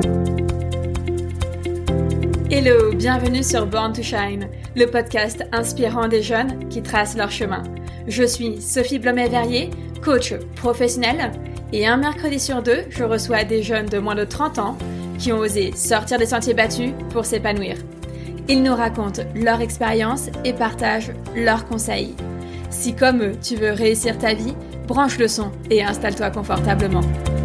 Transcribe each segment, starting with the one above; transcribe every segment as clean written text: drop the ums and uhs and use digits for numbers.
Hello, bienvenue sur Born to Shine, le podcast inspirant des jeunes qui tracent leur chemin. Je suis Sophie Blomet-Verrier, coach professionnelle, et un mercredi sur deux, je reçois des jeunes de moins de 30 ans qui ont osé sortir des sentiers battus pour s'épanouir. Ils nous racontent leur expérience et partagent leurs conseils. Si comme eux, tu veux réussir ta vie, branche le son et installe-toi confortablement.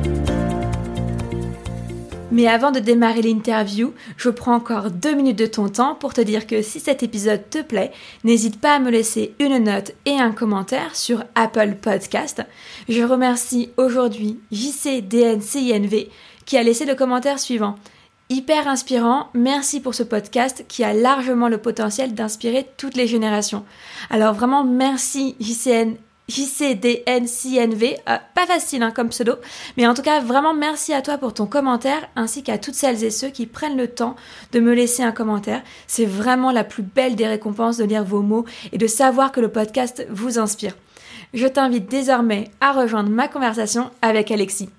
Mais avant de démarrer l'interview, je prends encore 2 minutes de ton temps pour te dire que si cet épisode te plaît, n'hésite pas à me laisser une note et un commentaire sur Apple Podcast. Je remercie aujourd'hui JCDNCINV qui a laissé le commentaire suivant. Hyper inspirant, merci pour ce podcast qui a largement le potentiel d'inspirer toutes les générations. Alors vraiment merci JCDNCINV, pas facile comme pseudo, mais en tout cas vraiment merci à toi pour ton commentaire ainsi qu'à toutes celles et ceux qui prennent le temps de me laisser un commentaire. C'est vraiment la plus belle des récompenses de lire vos mots et de savoir que le podcast vous inspire. Je t'invite désormais à rejoindre ma conversation avec Alexis.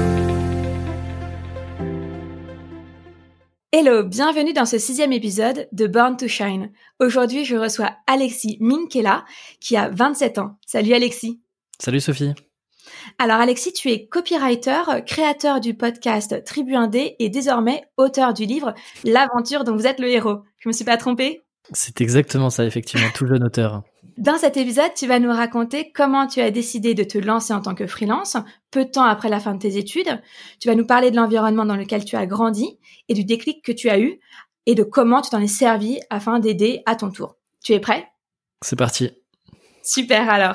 Hello, bienvenue dans ce 6e épisode de Born to Shine. Aujourd'hui, je reçois Alexis Minkela, qui a 27 ans. Salut Alexis. Salut Sophie. Alors Alexis, tu es copywriter, créateur du podcast Tribu Indé et désormais auteur du livre L'aventure dont vous êtes le héros. Je me suis pas trompée ? C'est exactement ça, effectivement, tout jeune auteur. Dans cet épisode, tu vas nous raconter comment tu as décidé de te lancer en tant que freelance, peu de temps après la fin de tes études. Tu vas nous parler de l'environnement dans lequel tu as grandi et du déclic que tu as eu et de comment tu t'en es servi afin d'aider à ton tour. Tu es prêt ? C'est parti. Super alors.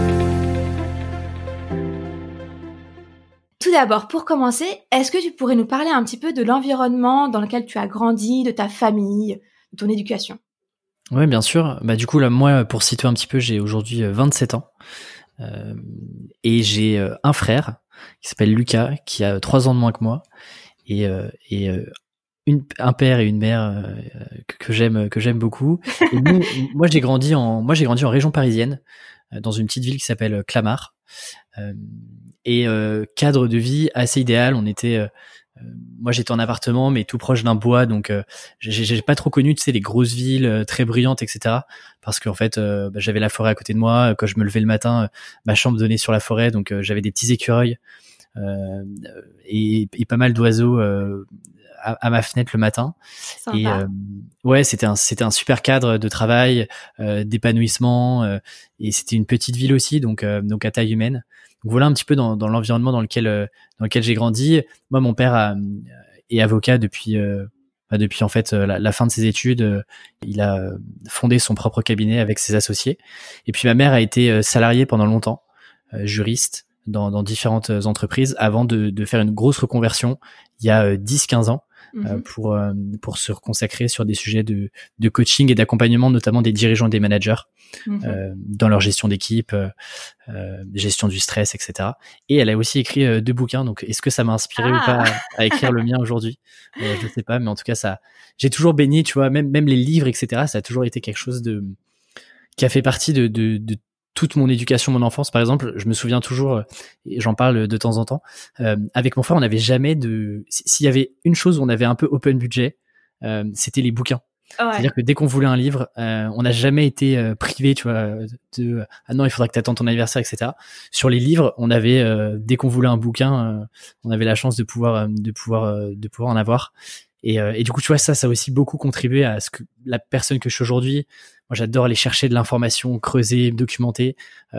Tout d'abord, pour commencer, est-ce que tu pourrais nous parler un petit peu de l'environnement dans lequel tu as grandi, de ta famille, de ton éducation ? Ouais, bien sûr. Du coup, là, moi, pour situer un petit peu, j'ai aujourd'hui 27 ans. Et j'ai un frère qui s'appelle Lucas, qui a 3 ans de moins que moi. Et un père et une mère que j'aime beaucoup. Et moi, j'ai grandi en région parisienne, dans une petite ville qui s'appelle Clamart. Cadre de vie assez idéal. On était... moi j'étais en appartement mais tout proche d'un bois, donc j'ai pas trop connu les grosses villes très bruyantes, etc. parce qu'en fait j'avais la forêt à côté de moi. Quand je me levais le matin, ma chambre donnait sur la forêt, donc j'avais des petits écureuils et pas mal d'oiseaux à ma fenêtre le matin. Sympa. Et ouais, c'était un super cadre de travail, d'épanouissement, et c'était une petite ville aussi, donc à taille humaine. Donc voilà un petit peu dans l'environnement dans lequel j'ai grandi. Moi, mon père est avocat depuis en fait la fin de ses études. Il a fondé son propre cabinet avec ses associés. Et puis ma mère a été salariée pendant longtemps, juriste dans différentes entreprises, avant de faire une grosse reconversion il y a 10-15 ans. Pour se consacrer sur des sujets de coaching et d'accompagnement, notamment des dirigeants et des managers, dans leur gestion d'équipe, gestion du stress, etc. Et elle a aussi écrit 2 bouquins, donc est-ce que ça m'a inspiré ou pas à écrire le mien aujourd'hui ? Je sais pas, mais en tout cas, j'ai toujours baigné, tu vois, même les livres, etc. Ça a toujours été quelque chose qui a fait partie de toute mon éducation, mon enfance, par exemple. Je me souviens toujours, et j'en parle de temps en temps, avec mon frère, on n'avait jamais s'il y avait une chose où on avait un peu open budget, c'était les bouquins. Ouais. C'est-à-dire que dès qu'on voulait un livre, on n'a jamais été privé, tu vois, ah non, il faudra que tu attendes ton anniversaire, etc. Sur les livres, on avait, dès qu'on voulait un bouquin, on avait la chance de pouvoir en avoir. Et du coup, tu vois, ça a aussi beaucoup contribué à ce que la personne que je suis aujourd'hui. Moi, j'adore aller chercher de l'information, creuser, documenter.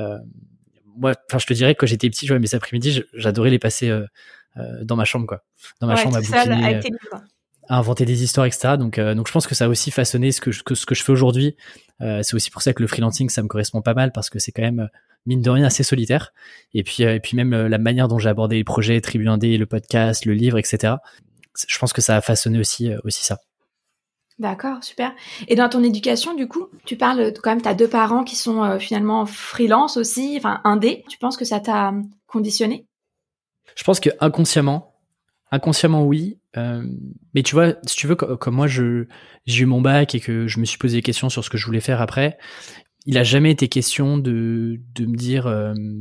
Moi, je te dirais que quand j'étais petit, mes après-midi, j'adorais les passer dans ma chambre, quoi. Dans ma chambre à bouquiner, à inventer des histoires, etc. Donc je pense que ça a aussi façonné ce que je fais aujourd'hui. C'est aussi pour ça que le freelancing, ça me correspond pas mal, parce que c'est quand même, mine de rien, assez solitaire. Et puis même la manière dont j'ai abordé les projets, Tribu Indé, le podcast, le livre, etc. Je pense que ça a façonné aussi ça. D'accord, super. Et dans ton éducation, du coup, tu parles quand même, t'as 2 parents qui sont finalement freelance aussi, enfin indé. Tu penses que ça t'a conditionné ? Je pense que inconsciemment oui. Mais tu vois, si tu veux, comme moi, j'ai eu mon bac et que je me suis posé des questions sur ce que je voulais faire après, il a jamais été question de me dire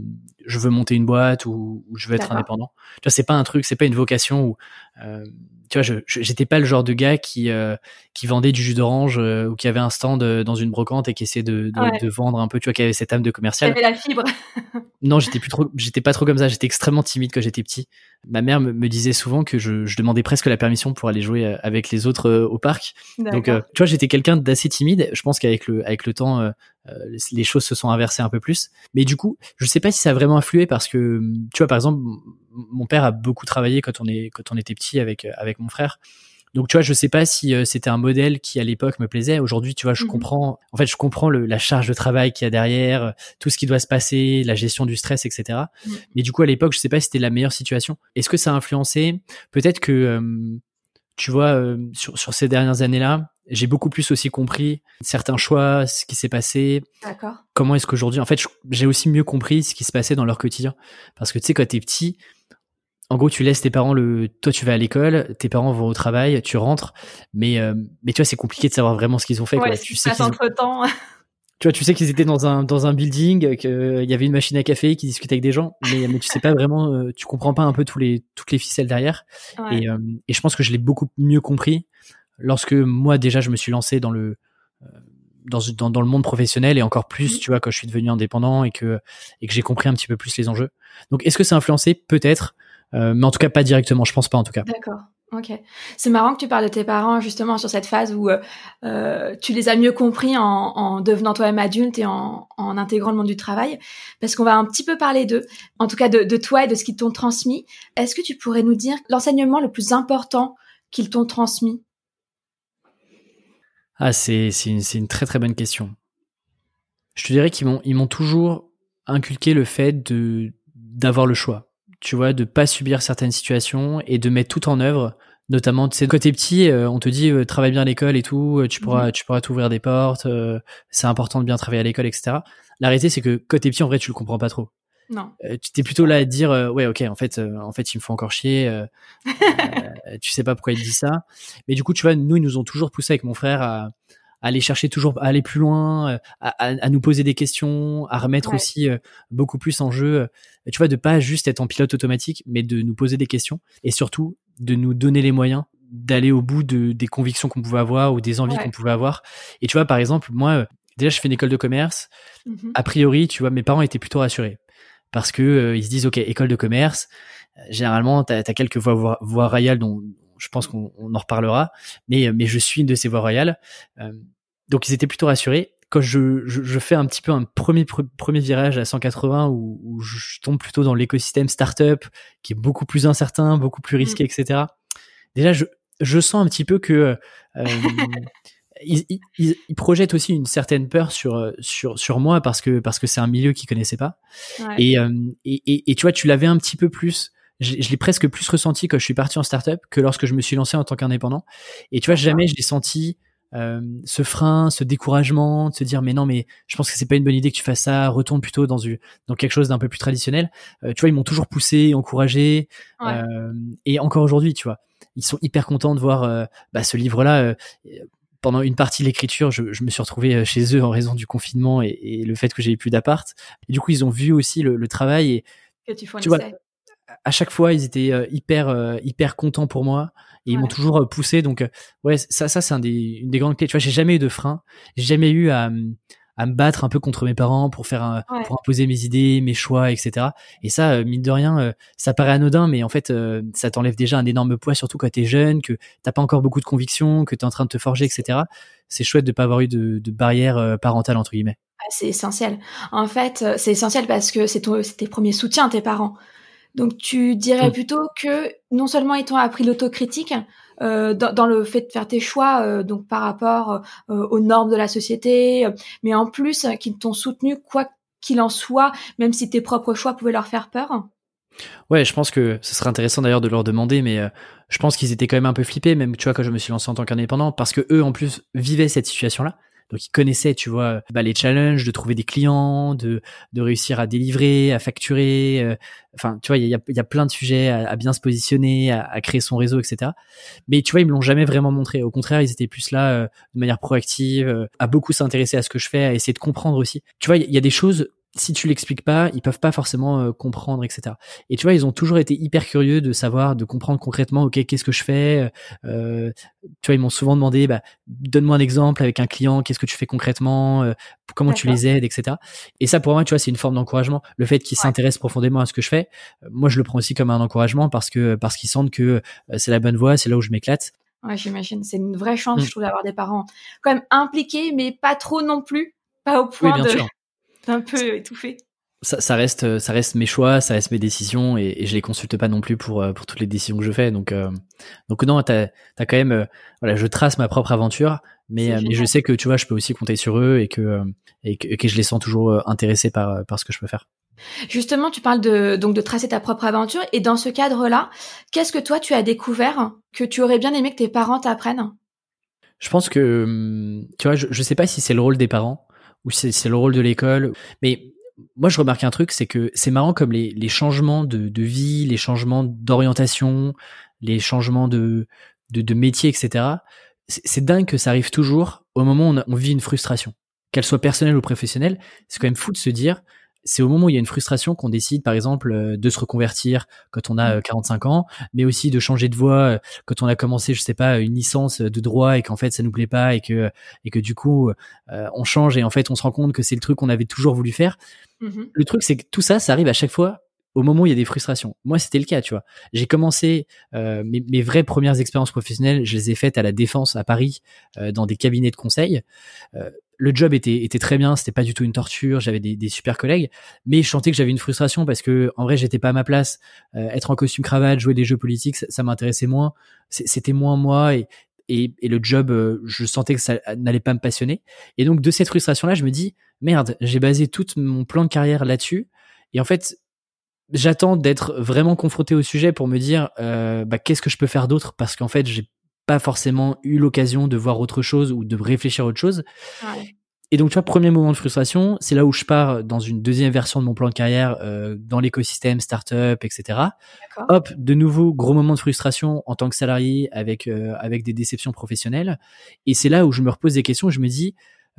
je veux monter une boîte ou je veux être indépendant. Tu vois, c'est pas un truc, c'est pas une vocation où tu vois, j'étais pas le genre de gars qui vendait du jus d'orange ou qui avait un stand dans une brocante et qui essayait de vendre un peu, tu vois, qui avait cette âme de commercial. T'avais la fibre. Non, j'étais pas trop comme ça. J'étais extrêmement timide quand j'étais petit. Ma mère me disait souvent que je demandais presque la permission pour aller jouer avec les autres au parc. Donc, tu vois, j'étais quelqu'un d'assez timide. Je pense qu'avec le temps, les choses se sont inversées un peu plus. Mais du coup, je sais pas si ça a vraiment influé parce que, tu vois, par exemple, mon père a beaucoup travaillé quand on était petit avec mon frère. Donc, tu vois, je sais pas si c'était un modèle qui à l'époque me plaisait. Aujourd'hui, tu vois, je comprends la charge de travail qu'il y a derrière, tout ce qui doit se passer, la gestion du stress, etc. Mais du coup, à l'époque, je sais pas si c'était la meilleure situation. Est-ce que ça a influencé? Peut-être que, tu vois, sur ces dernières années-là, j'ai beaucoup plus aussi compris certains choix, ce qui s'est passé. D'accord. Comment est-ce qu'aujourd'hui, en fait, j'ai aussi mieux compris ce qui se passait dans leur quotidien. Parce que tu sais, quand t'es petit, en gros, tu laisses tes parents toi, tu vas à l'école, tes parents vont au travail, tu rentres, mais tu vois, c'est compliqué de savoir vraiment ce qu'ils ont fait, quoi. Tu sais entre-temps. Tu vois, tu sais qu'ils étaient dans un building, qu'il y avait une machine à café, qu'ils discutaient avec des gens, mais tu sais pas vraiment, tu comprends pas un peu toutes les ficelles derrière. Ouais. Et je pense que je l'ai beaucoup mieux compris lorsque moi, déjà, je me suis lancé dans le monde professionnel et encore plus, tu vois, quand je suis devenu indépendant et que j'ai compris un petit peu plus les enjeux. Donc, est-ce que ça a influencé? Peut-être. Mais en tout cas pas directement, je pense pas en tout cas. D'accord, ok. C'est marrant que tu parles de tes parents justement sur cette phase où tu les as mieux compris en devenant toi-même adulte et en intégrant le monde du travail, parce qu'on va un petit peu parler d'eux, en tout cas de toi et de ce qu'ils t'ont transmis. Est-ce que tu pourrais nous dire l'enseignement le plus important qu'ils t'ont transmis? Ah, c'est une très très bonne question. Je te dirais qu'ils m'ont toujours inculqué le fait d'avoir le choix. Tu vois, de pas subir certaines situations et de mettre tout en œuvre, notamment, tu sais, quand t'es petit, on te dit travaille bien à l'école et tout, tu pourras t'ouvrir des portes, c'est important de bien travailler à l'école, etc. La réalité, c'est que quand t'es petit, en vrai, tu le comprends pas trop. Non. Tu t'es plutôt là à te dire ouais, ok, en fait, il me faut encore chier. Tu sais pas pourquoi il te dit ça, mais du coup, tu vois, ils nous ont toujours poussé avec mon frère à aller chercher toujours, à aller plus loin, à nous poser des questions, à remettre aussi beaucoup plus en jeu, tu vois, de pas juste être en pilote automatique, mais de nous poser des questions et surtout de nous donner les moyens d'aller au bout des convictions qu'on pouvait avoir ou des envies qu'on pouvait avoir. Et tu vois, par exemple, moi, déjà, je fais une école de commerce. A priori, tu vois, mes parents étaient plutôt rassurés parce que ils se disent, ok, école de commerce, généralement, t'as quelques voies royales dont je pense qu'on en reparlera, mais je suis une de ces voies royales. Donc ils étaient plutôt rassurés. Quand je fais un petit peu un premier virage à 180 où je tombe plutôt dans l'écosystème startup qui est beaucoup plus incertain, beaucoup plus risqué, etc. Déjà, je sens un petit peu que ils projettent aussi une certaine peur sur moi parce que c'est un milieu qu'ils connaissaient pas. Et tu vois, tu l'avais un petit peu plus. Je l'ai presque plus ressenti quand je suis parti en startup que lorsque je me suis lancé en tant qu'indépendant. Et tu vois, jamais je l'ai senti ce frein, ce découragement, de se dire mais non, mais je pense que c'est pas une bonne idée que tu fasses ça, retourne plutôt dans quelque chose d'un peu plus traditionnel. Tu vois, ils m'ont toujours poussé, encouragé, et encore aujourd'hui, tu vois, ils sont hyper contents de voir ce livre-là. Pendant une partie de l'écriture, je me suis retrouvé chez eux en raison du confinement et le fait que j'ai eu plus d'appart. Et du coup, ils ont vu aussi le travail et que tu fournissais. Tu vois, à chaque fois, ils étaient hyper contents pour moi et ils m'ont toujours poussé. Donc, ouais, ça c'est une des grandes clés. Tu vois, j'ai jamais eu de frein. J'ai jamais eu à me battre un peu contre mes parents pour pour imposer mes idées, mes choix, etc. Et ça, mine de rien, ça paraît anodin, mais en fait, ça t'enlève déjà un énorme poids, surtout quand t'es jeune, que t'as pas encore beaucoup de convictions, que t'es en train de te forger, etc. C'est chouette de pas avoir eu de barrière parentale, entre guillemets. C'est essentiel. En fait, c'est essentiel parce que c'est tes premiers soutiens, tes parents. Donc, tu dirais plutôt que non seulement ils t'ont appris l'autocritique dans le fait de faire tes choix, donc par rapport aux normes de la société, mais en plus qu'ils t'ont soutenu quoi qu'il en soit, même si tes propres choix pouvaient leur faire peur. Ouais, je pense que ce serait intéressant d'ailleurs de leur demander, mais je pense qu'ils étaient quand même un peu flippés, même tu vois quand je me suis lancé en tant qu'indépendant, parce que eux en plus vivaient cette situation-là. Donc ils connaissaient, tu vois, les challenges de trouver des clients, de réussir à délivrer, à facturer. Enfin, tu vois, il y a plein de sujets à bien se positionner, à créer son réseau, etc. Mais tu vois, ils me l'ont jamais vraiment montré. Au contraire, ils étaient plus là de manière proactive, à beaucoup s'intéresser à ce que je fais, à essayer de comprendre aussi. Tu vois, il y a des choses si tu l'expliques pas, ils peuvent pas forcément comprendre, etc. Et tu vois, ils ont toujours été hyper curieux de savoir, de comprendre concrètement, ok, qu'est-ce que je fais. Tu vois, ils m'ont souvent demandé, donne-moi un exemple avec un client, qu'est-ce que tu fais concrètement, comment tu les aides, etc. Et ça, pour moi, tu vois, c'est une forme d'encouragement. Le fait qu'ils s'intéressent profondément à ce que je fais, moi, je le prends aussi comme un encouragement parce qu'ils sentent que c'est la bonne voie, c'est là où je m'éclate. Ouais, j'imagine. C'est une vraie chance, je trouve, d'avoir des parents quand même impliqués, mais pas trop non plus, pas au point d'un peu étouffer. Ça reste mes choix, ça reste mes décisions et je les consulte pas non plus pour toutes les décisions que je fais. Donc non, t'as quand même, voilà, je trace ma propre aventure, mais je sais que tu vois, je peux aussi compter sur eux et que je les sens toujours intéressés par ce que je peux faire. Justement, tu parles de tracer ta propre aventure et dans ce cadre-là, qu'est-ce que toi tu as découvert que tu aurais bien aimé que tes parents t'apprennent? Je pense que tu vois, je sais pas si c'est le rôle des parents ou si c'est le rôle de l'école, mais moi, je remarque un truc, c'est que c'est marrant comme les changements de vie, les changements d'orientation, les changements de métier, etc. C'est dingue que ça arrive toujours au moment où on vit une frustration, qu'elle soit personnelle ou professionnelle. C'est quand même fou de se dire, c'est au moment où il y a une frustration qu'on décide, par exemple, de se reconvertir quand on a 45 ans, mais aussi de changer de voie quand on a commencé, je sais pas, une licence de droit et qu'en fait ça nous plaît pas et que du coup on change et en fait on se rend compte que c'est le truc qu'on avait toujours voulu faire. Le truc, c'est que tout ça, ça arrive à chaque fois au moment où il y a des frustrations. Moi, c'était le cas, tu vois. J'ai commencé mes vraies premières expériences professionnelles, je les ai faites à la Défense à Paris, dans des cabinets de conseil. Le job était très bien, c'était pas du tout une torture, j'avais des super collègues, mais je sentais que j'avais une frustration parce que en vrai, j'étais pas à ma place. Être en costume cravate, jouer des jeux politiques, ça m'intéressait moins. C'était moins moi et le job, je sentais que ça n'allait pas me passionner. Et donc de cette frustration-là, je me dis merde, j'ai basé tout mon plan de carrière là-dessus. Et en fait, j'attends d'être vraiment confronté au sujet pour me dire qu'est-ce que je peux faire d'autre, parce qu'en fait, j'ai pas forcément eu l'occasion de voir autre chose ou de réfléchir à autre chose. Ouais. Et donc, tu vois, premier moment de frustration, c'est là où je pars dans une deuxième version de mon plan de carrière dans l'écosystème startup, etc. D'accord. Hop, de nouveau, gros moment de frustration en tant que salarié avec des déceptions professionnelles. Et c'est là où je me repose des questions. Je me dis,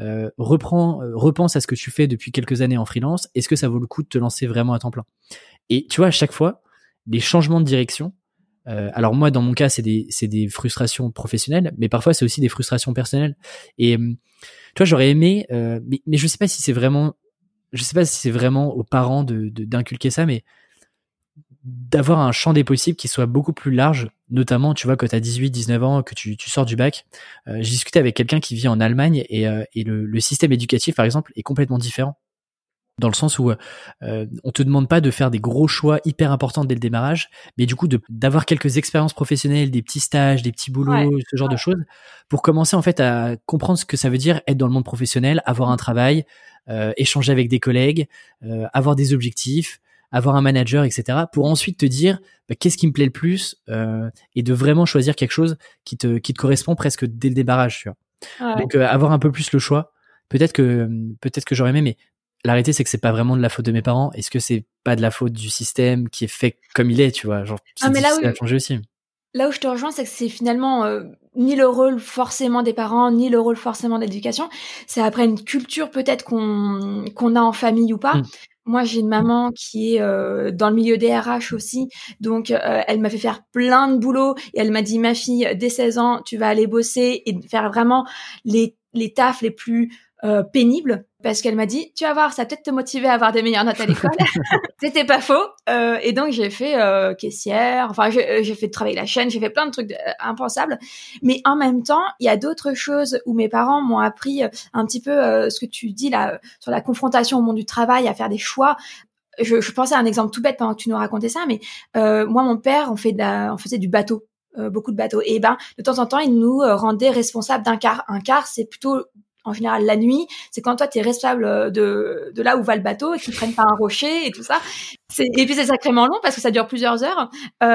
repense à ce que tu fais depuis quelques années en freelance. Est-ce que ça vaut le coup de te lancer vraiment à temps plein? Et tu vois, à chaque fois, les changements de direction. Alors moi, dans mon cas, c'est des frustrations professionnelles, mais parfois c'est aussi des frustrations personnelles. Et tu vois, j'aurais aimé, mais je sais pas si c'est vraiment aux parents d'inculquer ça, mais d'avoir un champ des possibles qui soit beaucoup plus large, notamment, tu vois, quand t'as 18, 19 ans, que tu sors du bac. J'ai discuté avec quelqu'un qui vit en Allemagne et le système éducatif, par exemple, est complètement différent. Dans le sens où on te demande pas de faire des gros choix hyper importants dès le démarrage, mais du coup d'avoir quelques expériences professionnelles, des petits stages, des petits boulots, ce genre de choses, pour commencer en fait à comprendre ce que ça veut dire être dans le monde professionnel, avoir un travail, échanger avec des collègues, avoir des objectifs, avoir un manager, etc. Pour ensuite te dire qu'est-ce qui me plaît le plus et de vraiment choisir quelque chose qui te correspond presque dès le démarrage, tu vois. Donc avoir un peu plus le choix. Peut-être que j'aurais aimé, mais la réalité, c'est que c'est pas vraiment de la faute de mes parents. Est-ce que c'est pas de la faute du système qui est fait comme il est, tu vois? Genre, c'est difficile à changer aussi. Là où je te rejoins, c'est que c'est finalement ni le rôle forcément des parents, ni le rôle forcément de l'éducation. C'est après une culture peut-être qu'on a en famille ou pas. Moi, j'ai une maman qui est dans le milieu des RH aussi, donc elle m'a fait faire plein de boulot et elle m'a dit, ma fille, dès 16 ans, tu vas aller bosser et faire vraiment les tafs les plus pénibles, parce qu'elle m'a dit, tu vas voir, ça va peut-être te motiver à avoir des meilleures notes à l'école. C'était pas faux. Et donc j'ai fait caissière, enfin j'ai fait travailler la chaîne, j'ai fait plein de trucs impensables. Mais en même temps, il y a d'autres choses où mes parents m'ont appris un petit peu ce que tu dis là sur la confrontation au monde du travail, à faire des choix. Je pensais à un exemple tout bête pendant que tu nous racontais ça, mais moi mon père, on faisait du bateau. Beaucoup de bateaux. Et de temps en temps, il nous rendait responsables d'un quart. Un quart, c'est plutôt en général la nuit, c'est quand toi t'es responsable de là où va le bateau et qu'ils prennent pas un rocher et tout ça. Et puis c'est sacrément long parce que ça dure plusieurs heures.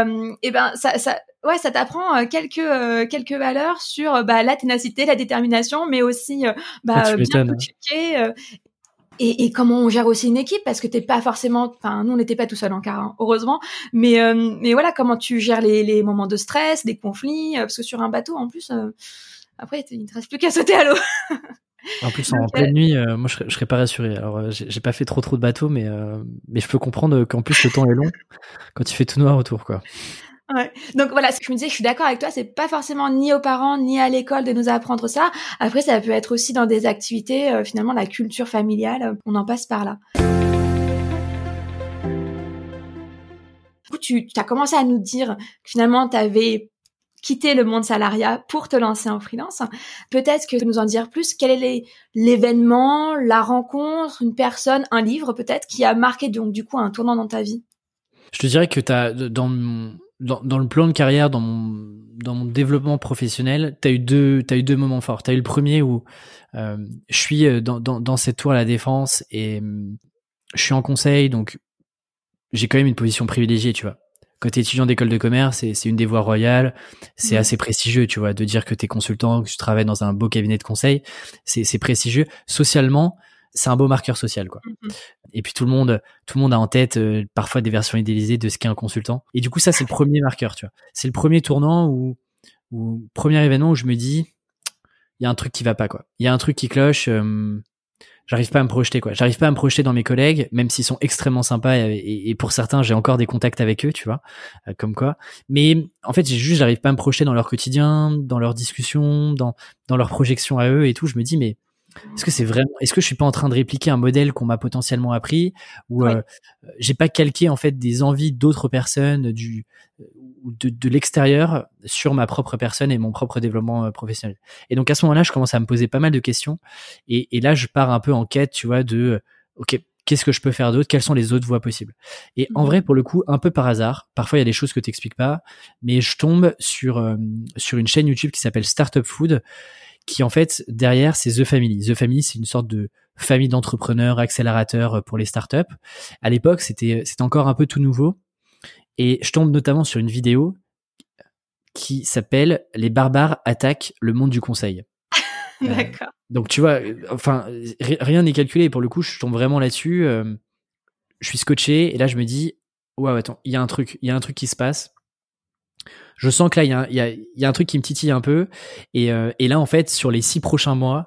Ça t'apprend quelques valeurs sur la ténacité, la détermination, mais aussi bien checker. Et comment on gère aussi une équipe, parce que t'es pas forcément, enfin nous on n'était pas tout seul en car, hein, heureusement, mais voilà, comment tu gères les moments de stress, des conflits, parce que sur un bateau en plus, après il te reste plus qu'à sauter à l'eau. En plus, en Donc, pleine nuit, moi, je serais pas rassuré. Alors, j'ai pas fait trop de bateaux, mais je peux comprendre qu'en plus le temps est long quand il fait tout noir autour, quoi. ouais. Donc voilà, ce que je me disais, je suis d'accord avec toi, c'est pas forcément ni aux parents ni à l'école de nous apprendre ça. Après, ça peut être aussi dans des activités, finalement, la culture familiale, on en passe par là. Du coup, tu as commencé à nous dire que finalement, tu avais quitté le monde salariat pour te lancer en freelance. Peut-être que tu peux nous en dire plus. Quel est l'événement, la rencontre, une personne, un livre peut-être qui a marqué donc du coup un tournant dans ta vie? Je te dirais que dans le plan de carrière, dans mon développement professionnel, t'as eu deux moments forts. T'as eu le premier où je suis dans cette tour à la Défense et je suis en conseil, donc j'ai quand même une position privilégiée, tu vois. Quand t'es étudiant d'école de commerce, c'est une des voies royales, c'est assez prestigieux, tu vois, de dire que t'es consultant, que tu travailles dans un beau cabinet de conseil, c'est prestigieux. Socialement, c'est un beau marqueur social, quoi. Et puis tout le monde a en tête parfois des versions idéalisées de ce qu'est un consultant. Et du coup, ça, c'est le premier marqueur, tu vois. C'est le premier tournant ou premier événement où je me dis, il y a un truc qui va pas, quoi. Il y a un truc qui cloche. J'arrive pas à me projeter, quoi. J'arrive pas à me projeter dans mes collègues, même s'ils sont extrêmement sympas et pour certains, j'ai encore des contacts avec eux, tu vois, comme quoi. Mais en fait, j'arrive pas à me projeter dans leur quotidien, dans leurs discussions, dans leurs projections à eux et tout. Je me dis, mais est-ce que je suis pas en train de répliquer un modèle qu'on m'a potentiellement appris ou j'ai pas calqué en fait des envies d'autres personnes de l'extérieur sur ma propre personne et mon propre développement professionnel. Et donc à ce moment-là, je commence à me poser pas mal de questions et là je pars un peu en quête, tu vois, de OK, qu'est-ce que je peux faire d'autre? Quelles sont les autres voies possibles? Et en vrai, pour le coup, un peu par hasard, parfois il y a des choses que t'expliques pas, mais je tombe sur une chaîne YouTube qui s'appelle Startup Food, qui en fait derrière c'est The Family. The Family, c'est une sorte de famille d'entrepreneurs, accélérateurs pour les startups. À l'époque, c'était encore un peu tout nouveau et je tombe notamment sur une vidéo qui s'appelle Les barbares attaquent le monde du conseil. D'accord. Donc tu vois, enfin rien n'est calculé. Pour le coup, je tombe vraiment là-dessus. Je suis scotché et là je me dis ouais, attends, il y a un truc qui se passe. Je sens que là il y a un truc qui me titille un peu et là en fait sur les 6 prochains mois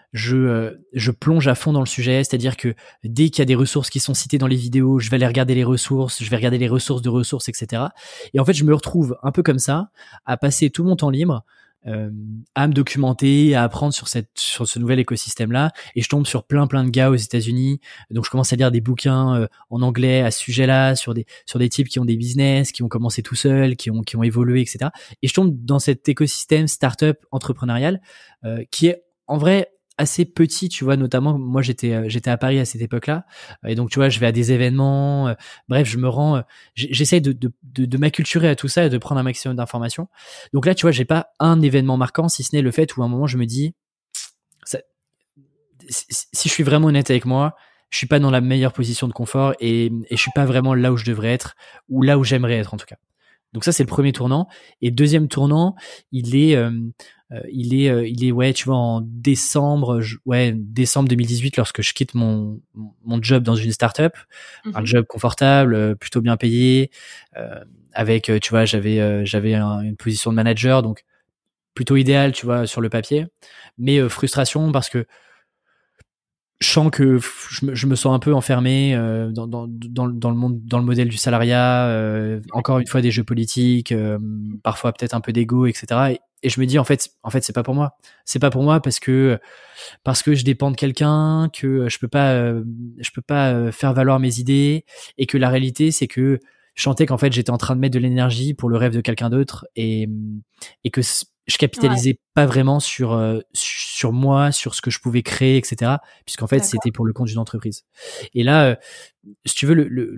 je plonge à fond dans le sujet, c'est-à-dire que dès qu'il y a des ressources qui sont citées dans les vidéos, je vais aller regarder les ressources, je vais regarder les ressources de ressources, etc. Et en fait je me retrouve un peu comme ça à passer tout mon temps libre à me documenter, à apprendre sur ce nouvel écosystème-là, et je tombe sur plein de gars aux États-Unis. Donc je commence à lire des bouquins en anglais à ce sujet-là, sur des types qui ont des business, qui ont commencé tout seuls, qui ont évolué, etc. Et je tombe dans cet écosystème startup entrepreneurial qui est en vrai assez petit, tu vois. Notamment moi j'étais à Paris à cette époque-là et donc tu vois je vais à des événements, bref je me rends, j'essaye de m'acculturer à tout ça et de prendre un maximum d'informations. Donc là tu vois j'ai pas un événement marquant si ce n'est le fait où à un moment je me dis ça, si je suis vraiment honnête avec moi, je suis pas dans la meilleure position de confort et je suis pas vraiment là où je devrais être ou là où j'aimerais être en tout cas. Donc ça c'est le premier tournant. Et deuxième tournant, il est ouais, tu vois, en décembre 2018 lorsque je quitte mon job dans une startup, un job confortable, plutôt bien payé, avec tu vois j'avais une position de manager, donc plutôt idéal, tu vois, sur le papier, mais frustration parce que je sens que je me sens un peu enfermé dans le monde, dans le modèle du salariat, encore une fois des jeux politiques, parfois peut-être un peu d'ego, etc. Et je me dis en fait c'est pas pour moi. C'est pas pour moi parce que je dépends de quelqu'un, que je peux pas faire valoir mes idées, et que la réalité c'est que je sentais qu'en fait j'étais en train de mettre de l'énergie pour le rêve de quelqu'un d'autre et que je capitalisais pas vraiment sur moi, sur ce que je pouvais créer, etc. Puisqu'en fait, c'était pour le compte d'une entreprise. Et là, si tu veux,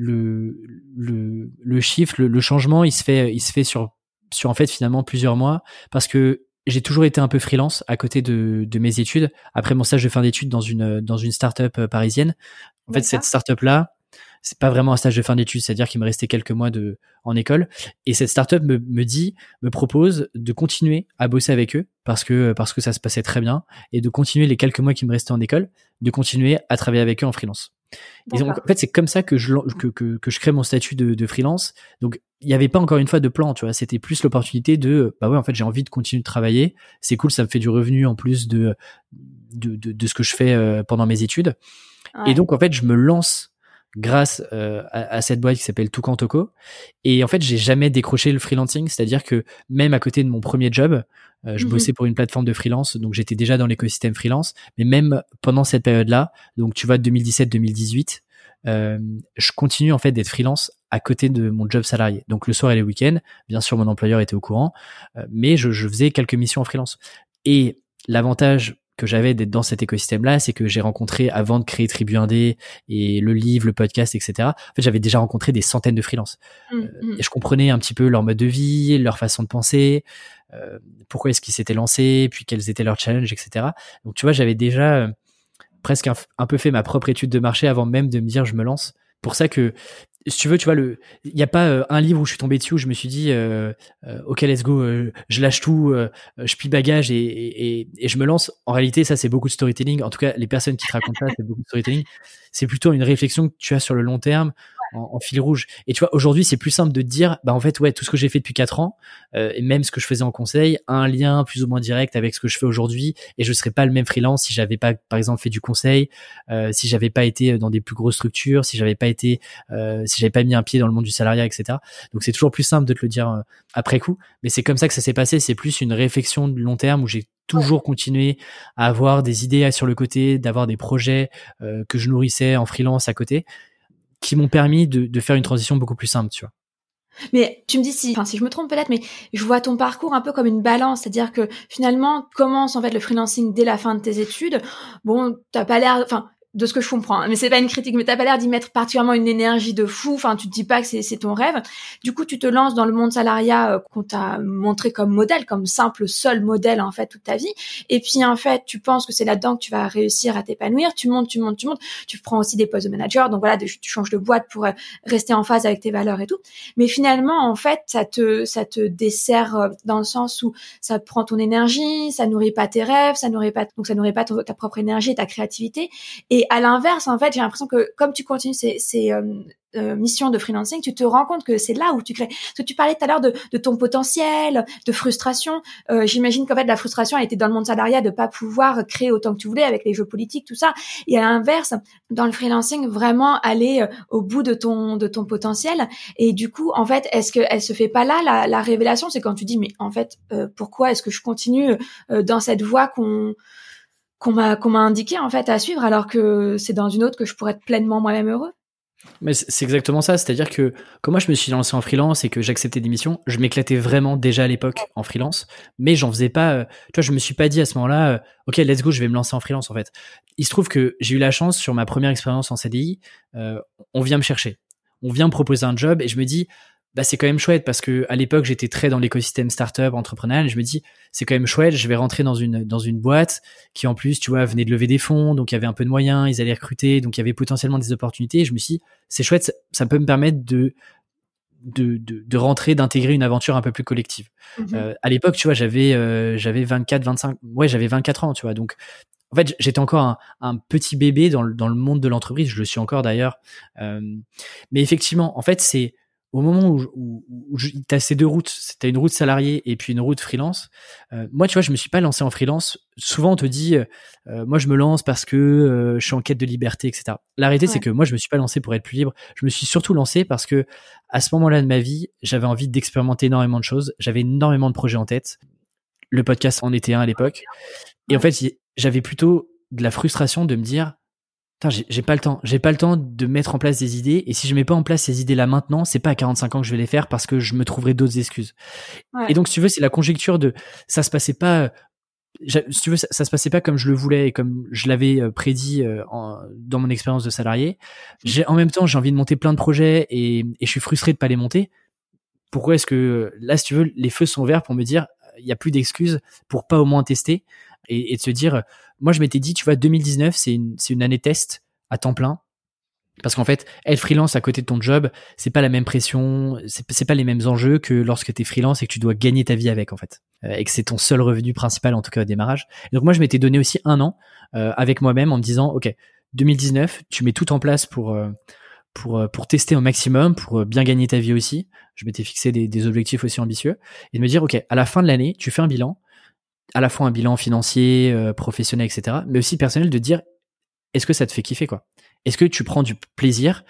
le shift, le changement, il se fait sur en fait finalement plusieurs mois, parce que j'ai toujours été un peu freelance à côté de mes études. Après mon stage de fin d'études dans une start-up parisienne. En fait, cette start-up là, c'est pas vraiment un stage de fin d'études, c'est-à-dire qu'il me restait quelques mois en école, et cette startup me propose de continuer à bosser avec eux parce que ça se passait très bien, et de continuer les quelques mois qui me restaient en école, de continuer à travailler avec eux en freelance. Et donc en fait c'est comme ça que je crée mon statut de freelance. Donc il n'y avait pas encore une fois de plan, tu vois, c'était plus l'opportunité de bah ouais en fait j'ai envie de continuer de travailler, c'est cool, ça me fait du revenu en plus de ce que je fais pendant mes études. Ouais. Et donc en fait, je me lance grâce à cette boîte qui s'appelle Toucan Toco. Et en fait, j'ai jamais décroché le freelancing, c'est-à-dire que même à côté de mon premier job, je bossais pour une plateforme de freelance, donc j'étais déjà dans l'écosystème freelance. Mais même pendant cette période-là, donc tu vois 2017-2018, je continue en fait d'être freelance à côté de mon job salarié. Donc le soir et les week-ends, bien sûr, mon employeur était au courant, mais je faisais quelques missions en freelance. Et l'avantage que j'avais d'être dans cet écosystème-là, c'est que j'ai rencontré, avant de créer Tribu Indé et le livre, le podcast, etc., en fait, j'avais déjà rencontré des centaines de freelances. Et je comprenais un petit peu leur mode de vie, leur façon de penser, pourquoi est-ce qu'ils s'étaient lancés, puis quels étaient leurs challenges, etc. Donc, tu vois, j'avais déjà presque un peu fait ma propre étude de marché avant même de me dire je me lance. Pour ça que, si tu veux, tu vois, il n'y a pas un livre où je suis tombé dessus où je me suis dit ok, let's go, je lâche tout, je plie bagage et je me lance. En réalité, ça, c'est beaucoup de storytelling. En tout cas, les personnes qui te racontent ça, c'est beaucoup de storytelling. C'est plutôt une réflexion que tu as sur le long terme, en fil rouge. Et tu vois, aujourd'hui, c'est plus simple de te dire, bah en fait, ouais, tout ce que j'ai fait depuis 4 ans, et même ce que je faisais en conseil, a un lien plus ou moins direct avec ce que je fais aujourd'hui. Et je serais pas le même freelance si j'avais pas, par exemple, fait du conseil, si j'avais pas été dans des plus grosses structures, si j'avais pas mis un pied dans le monde du salariat, etc. Donc c'est toujours plus simple de te le dire après coup. Mais c'est comme ça que ça s'est passé. C'est plus une réflexion de long terme où j'ai toujours continué à avoir des idées sur le côté, d'avoir des projets que je nourrissais en freelance à côté, qui m'ont permis de faire une transition beaucoup plus simple, tu vois. Mais tu me dis si je me trompe peut-être, mais je vois ton parcours un peu comme une balance, c'est-à-dire que finalement commence en fait le freelancing dès la fin de tes études. Bon, t'as pas l'air, de ce que je comprends, mais c'est pas une critique, mais t'as pas l'air d'y mettre particulièrement une énergie de fou, tu te dis pas que c'est ton rêve. Du coup, tu te lances dans le monde salariat qu'on t'a montré comme modèle, comme simple seul modèle en fait toute ta vie. Et puis en fait, tu penses que c'est là-dedans que tu vas réussir à t'épanouir. Tu montes. Tu prends aussi des postes de manager, donc voilà, tu changes de boîte pour rester en phase avec tes valeurs et tout. Mais finalement, en fait, ça te dessert dans le sens où ça prend ton énergie, ça nourrit pas tes rêves, ça nourrit pas ta propre énergie et ta créativité. Et à l'inverse, en fait, j'ai l'impression que comme tu continues ces missions de freelancing, tu te rends compte que c'est là où tu crées. Parce que tu parlais tout à l'heure de ton potentiel, de frustration. J'imagine qu'en fait, la frustration a été dans le monde salariat de pas pouvoir créer autant que tu voulais avec les jeux politiques, tout ça. Et à l'inverse, dans le freelancing, vraiment aller au bout de ton potentiel. Et du coup, en fait, est-ce que elle se fait pas là, la révélation? C'est quand tu dis, mais en fait, pourquoi est-ce que je continue dans cette voie qu'on m'a indiqué en fait à suivre alors que c'est dans une autre que je pourrais être pleinement moi-même heureux. Mais c'est exactement ça, c'est-à-dire que quand moi je me suis lancé en freelance et que j'acceptais des missions, je m'éclatais vraiment déjà à l'époque en freelance, mais j'en faisais pas, tu vois, je me suis pas dit à ce moment-là, ok, let's go, je vais me lancer en freelance en fait. Il se trouve que j'ai eu la chance sur ma première expérience en CDI, on vient me chercher, on vient me proposer un job et je me dis, bah c'est quand même chouette parce que à l'époque j'étais très dans l'écosystème startup entrepreneurial et je me dis c'est quand même chouette, je vais rentrer dans une boîte qui en plus tu vois venait de lever des fonds, donc il y avait un peu de moyens, ils allaient recruter, donc il y avait potentiellement des opportunités et je me suis dit c'est chouette, ça peut me permettre de rentrer, d'intégrer une aventure un peu plus collective. À l'époque tu vois j'avais 24 ans tu vois, donc en fait j'étais encore un petit bébé dans le monde de l'entreprise, je le suis encore d'ailleurs, mais effectivement en fait c'est au moment où t'as ces deux routes, t'as une route salariée et puis une route freelance. Moi, tu vois, je me suis pas lancé en freelance. Souvent, on te dit, moi, je me lance parce que je suis en quête de liberté, etc. La réalité, c'est que moi, je me suis pas lancé pour être plus libre. Je me suis surtout lancé parce que à ce moment-là de ma vie, j'avais envie d'expérimenter énormément de choses. J'avais énormément de projets en tête. Le podcast en était un à l'époque. Et en fait, j'avais plutôt de la frustration de me dire, putain, j'ai pas le temps de mettre en place des idées, et si je mets pas en place ces idées-là maintenant, c'est pas à 45 ans que je vais les faire parce que je me trouverai d'autres excuses. Et donc, si tu veux, c'est la conjecture de, ça se passait pas, si tu veux, ça se passait pas comme je le voulais et comme je l'avais prédit dans mon expérience de salarié. En même temps, j'ai envie de monter plein de projets et je suis frustré de pas les monter. Pourquoi est-ce que là, si tu veux, les feux sont verts pour me dire, il y a plus d'excuses pour pas au moins tester et de se dire, moi je m'étais dit, tu vois, 2019 c'est une année test à temps plein, parce qu'en fait être freelance à côté de ton job, c'est pas la même pression, c'est pas les mêmes enjeux que lorsque t'es freelance et que tu dois gagner ta vie avec en fait, et que c'est ton seul revenu principal en tout cas au démarrage. Et donc moi je m'étais donné aussi un an avec moi-même en me disant, ok, 2019 tu mets tout en place pour tester au maximum, pour bien gagner ta vie aussi. Je m'étais fixé des objectifs aussi ambitieux et de me dire, ok, à la fin de l'année tu fais un bilan. à la fois un bilan financier, professionnel, etc., mais aussi personnel, de dire est-ce que ça te fait kiffer, quoi? Est-ce que tu prends du plaisir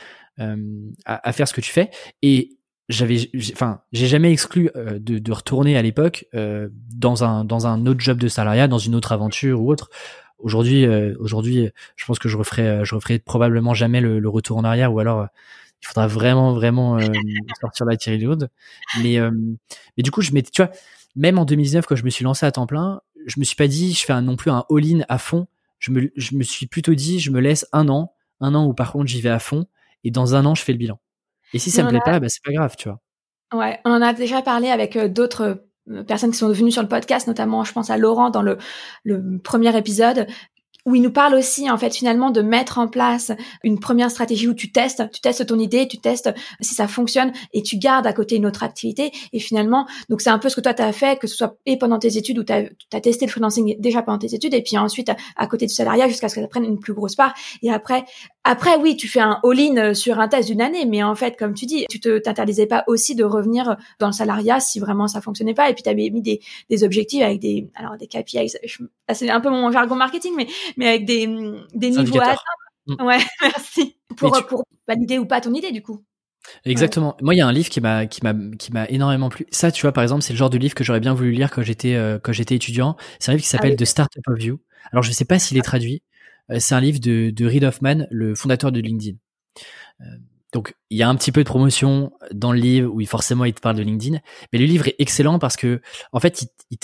à faire ce que tu fais? Et j'ai jamais exclu de retourner à l'époque dans un autre job de salariat, dans une autre aventure ou autre. Aujourd'hui, je pense que je referai probablement jamais le retour en arrière, ou alors il faudra vraiment sortir la Thierry Lourde. Mais du coup, tu vois, même en 2019, quand je me suis lancé à temps plein, je me suis pas dit je fais non plus un all-in à fond. Je me suis plutôt dit je me laisse un an où par contre j'y vais à fond, et dans un an je fais le bilan. Et si ça me plaît pas, bah c'est pas grave, tu vois. Ouais, on en a déjà parlé avec d'autres personnes qui sont venues sur le podcast, notamment je pense à Laurent dans le premier épisode, où il nous parle aussi, en fait, finalement, de mettre en place une première stratégie où tu testes ton idée, tu testes si ça fonctionne, et tu gardes à côté une autre activité. Et finalement, donc c'est un peu ce que toi t'as fait, que ce soit et pendant tes études, où t'as testé le freelancing déjà pendant tes études, et puis ensuite à côté du salariat, jusqu'à ce que ça prenne une plus grosse part. Et après, oui, tu fais un all-in sur un test d'une année, mais en fait, comme tu dis, tu t'interdisais pas aussi de revenir dans le salariat si vraiment ça fonctionnait pas. Et puis t'avais mis des objectifs avec des KPIs. C'est un peu mon jargon marketing, mais avec des niveaux à atteindre. Ouais, merci. Pour valider ou pas ton idée, du coup. Exactement. Ouais. Moi, il y a un livre qui m'a énormément plu. Ça, tu vois, par exemple, c'est le genre de livre que j'aurais bien voulu lire quand j'étais étudiant. C'est un livre qui s'appelle The Startup of You. Alors, je sais pas s'il est traduit. C'est un livre de Reid Hoffman, le fondateur de LinkedIn. Donc, il y a un petit peu de promotion dans le livre où forcément il te parle de LinkedIn, mais le livre est excellent parce que, en fait, il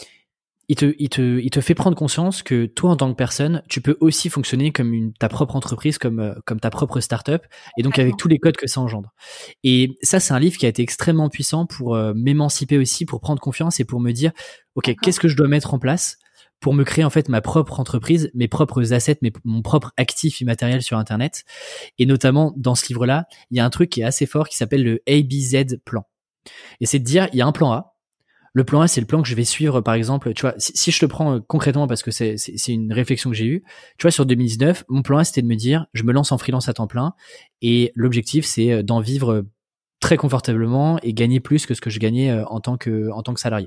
te fait prendre conscience que toi, en tant que personne, tu peux aussi fonctionner comme ta propre entreprise, comme ta propre startup, et donc avec tous les codes que ça engendre. Et ça, c'est un livre qui a été extrêmement puissant pour m'émanciper aussi, pour prendre confiance et pour me dire, ok, qu'est-ce que je dois mettre en place pour me créer en fait ma propre entreprise, mes propres assets, mon propre actif immatériel sur Internet. Et notamment dans ce livre-là, il y a un truc qui est assez fort qui s'appelle le ABZ plan. Et c'est de dire, il y a un plan A. Le plan A, c'est le plan que je vais suivre, par exemple, tu vois, si je te prends concrètement, parce que c'est une réflexion que j'ai eue, tu vois, sur 2019, mon plan A, c'était de me dire, je me lance en freelance à temps plein, et l'objectif, c'est d'en vivre très confortablement et gagner plus que ce que je gagnais en tant que salarié.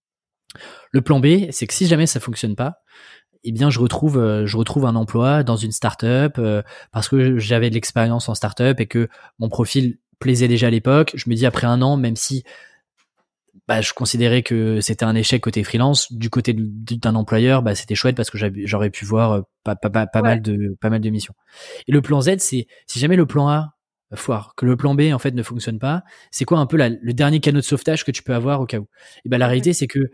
Le plan B, c'est que si jamais ça fonctionne pas, eh bien, je retrouve un emploi dans une startup parce que j'avais de l'expérience en startup et que mon profil plaisait déjà à l'époque. Je me dis, après un an, même si je considérais que c'était un échec côté freelance, du côté d'un employeur, c'était chouette parce que j'aurais pu voir pas mal de missions. Et le plan Z, c'est si jamais le plan A foire, que le plan B en fait ne fonctionne pas, c'est quoi un peu le dernier canot de sauvetage que tu peux avoir au cas où. Et la réalité, c'est que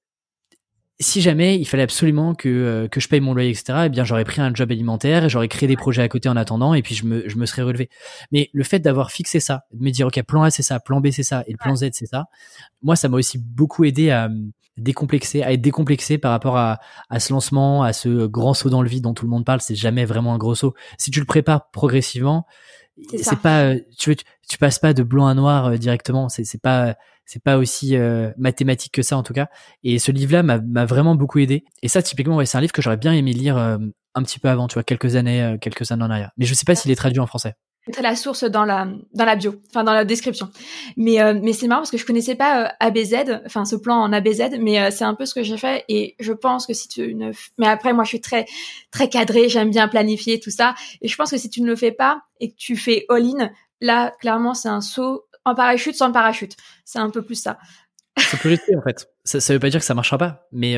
si jamais il fallait absolument que je paye mon loyer, etc., eh bien j'aurais pris un job alimentaire et j'aurais créé des projets à côté en attendant, et puis je me serais relevé. Mais le fait d'avoir fixé ça, de me dire ok, plan A c'est ça, plan B c'est ça, et le plan Z c'est ça, moi ça m'a aussi beaucoup aidé à être décomplexé par rapport à ce lancement, à ce grand saut dans le vide dont tout le monde parle. C'est jamais vraiment un gros saut. Si tu le prépares progressivement, c'est pas tu passes pas de blanc à noir directement. C'est pas aussi mathématique que ça en tout cas. Et ce livre-là m'a vraiment beaucoup aidé. Et ça, typiquement, ouais, c'est un livre que j'aurais bien aimé lire un petit peu avant, tu vois, quelques années en arrière. Mais je sais pas s'il est traduit en français. C'est la source dans la bio, enfin dans la description. Mais c'est marrant parce que je connaissais pas ABZ, enfin ce plan en ABZ, mais c'est un peu ce que j'ai fait, et je pense que si mais après moi je suis très très cadrée, j'aime bien planifier tout ça, et je pense que si tu ne le fais pas et que tu fais all-in, là clairement c'est un saut en parachute sans le parachute. C'est un peu plus ça. Ça peut rester en fait. Ça veut pas dire que ça marchera pas, mais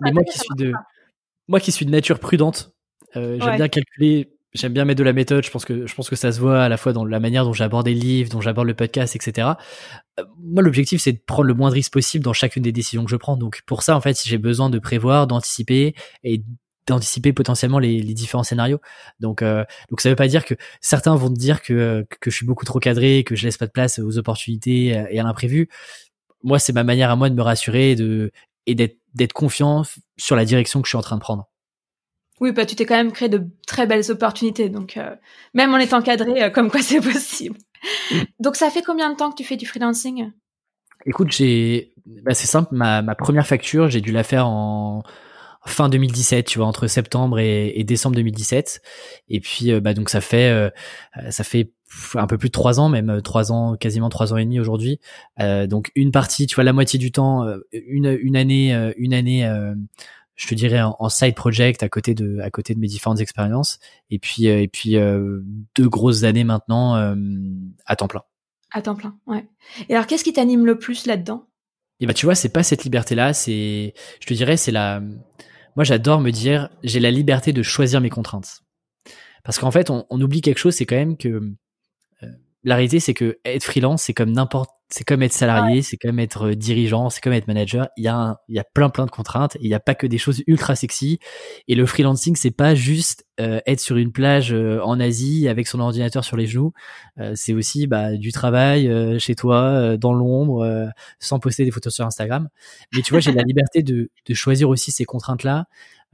moi qui suis de nature prudente, j'aime bien calculer. J'aime bien mettre de la méthode. Je pense que ça se voit à la fois dans la manière dont j'aborde les livres, dont j'aborde le podcast, etc. Moi, l'objectif, c'est de prendre le moins de risques possible dans chacune des décisions que je prends. Donc, pour ça, en fait, si j'ai besoin de prévoir, d'anticiper et d'anticiper potentiellement les différents scénarios. Donc, ça veut pas dire que certains vont te dire que je suis beaucoup trop cadré, que je laisse pas de place aux opportunités et à l'imprévu. Moi, c'est ma manière à moi de me rassurer et d'être confiant sur la direction que je suis en train de prendre. Oui, tu t'es quand même créé de très belles opportunités, donc même en étant cadré, comme quoi c'est possible. Donc ça fait combien de temps que tu fais du freelancing ? Écoute, c'est simple, ma première facture, j'ai dû la faire fin 2017, tu vois, entre septembre et décembre 2017. Et puis, donc ça fait un peu plus de 3 ans, même 3 ans, quasiment 3 ans et demi aujourd'hui. Donc une partie, tu vois, la moitié du temps, une année, je te dirais en side project à côté de mes différentes expériences. Et puis 2 grosses années maintenant à temps plein. À temps plein, ouais. Et alors, qu'est-ce qui t'anime le plus là-dedans? Et tu vois, c'est pas cette liberté-là, je te dirais, moi j'adore me dire, j'ai la liberté de choisir mes contraintes. Parce qu'en fait, on oublie quelque chose, c'est quand même que la réalité, c'est que être freelance, c'est comme être salarié, c'est comme être dirigeant, c'est comme être manager. Il y a plein de contraintes. Il n'y a pas que des choses ultra sexy. Et le freelancing, c'est pas juste être sur une plage en Asie avec son ordinateur sur les genoux. C'est aussi du travail chez toi, dans l'ombre, sans poster des photos sur Instagram. Mais tu vois, j'ai la liberté de choisir aussi ces contraintes-là.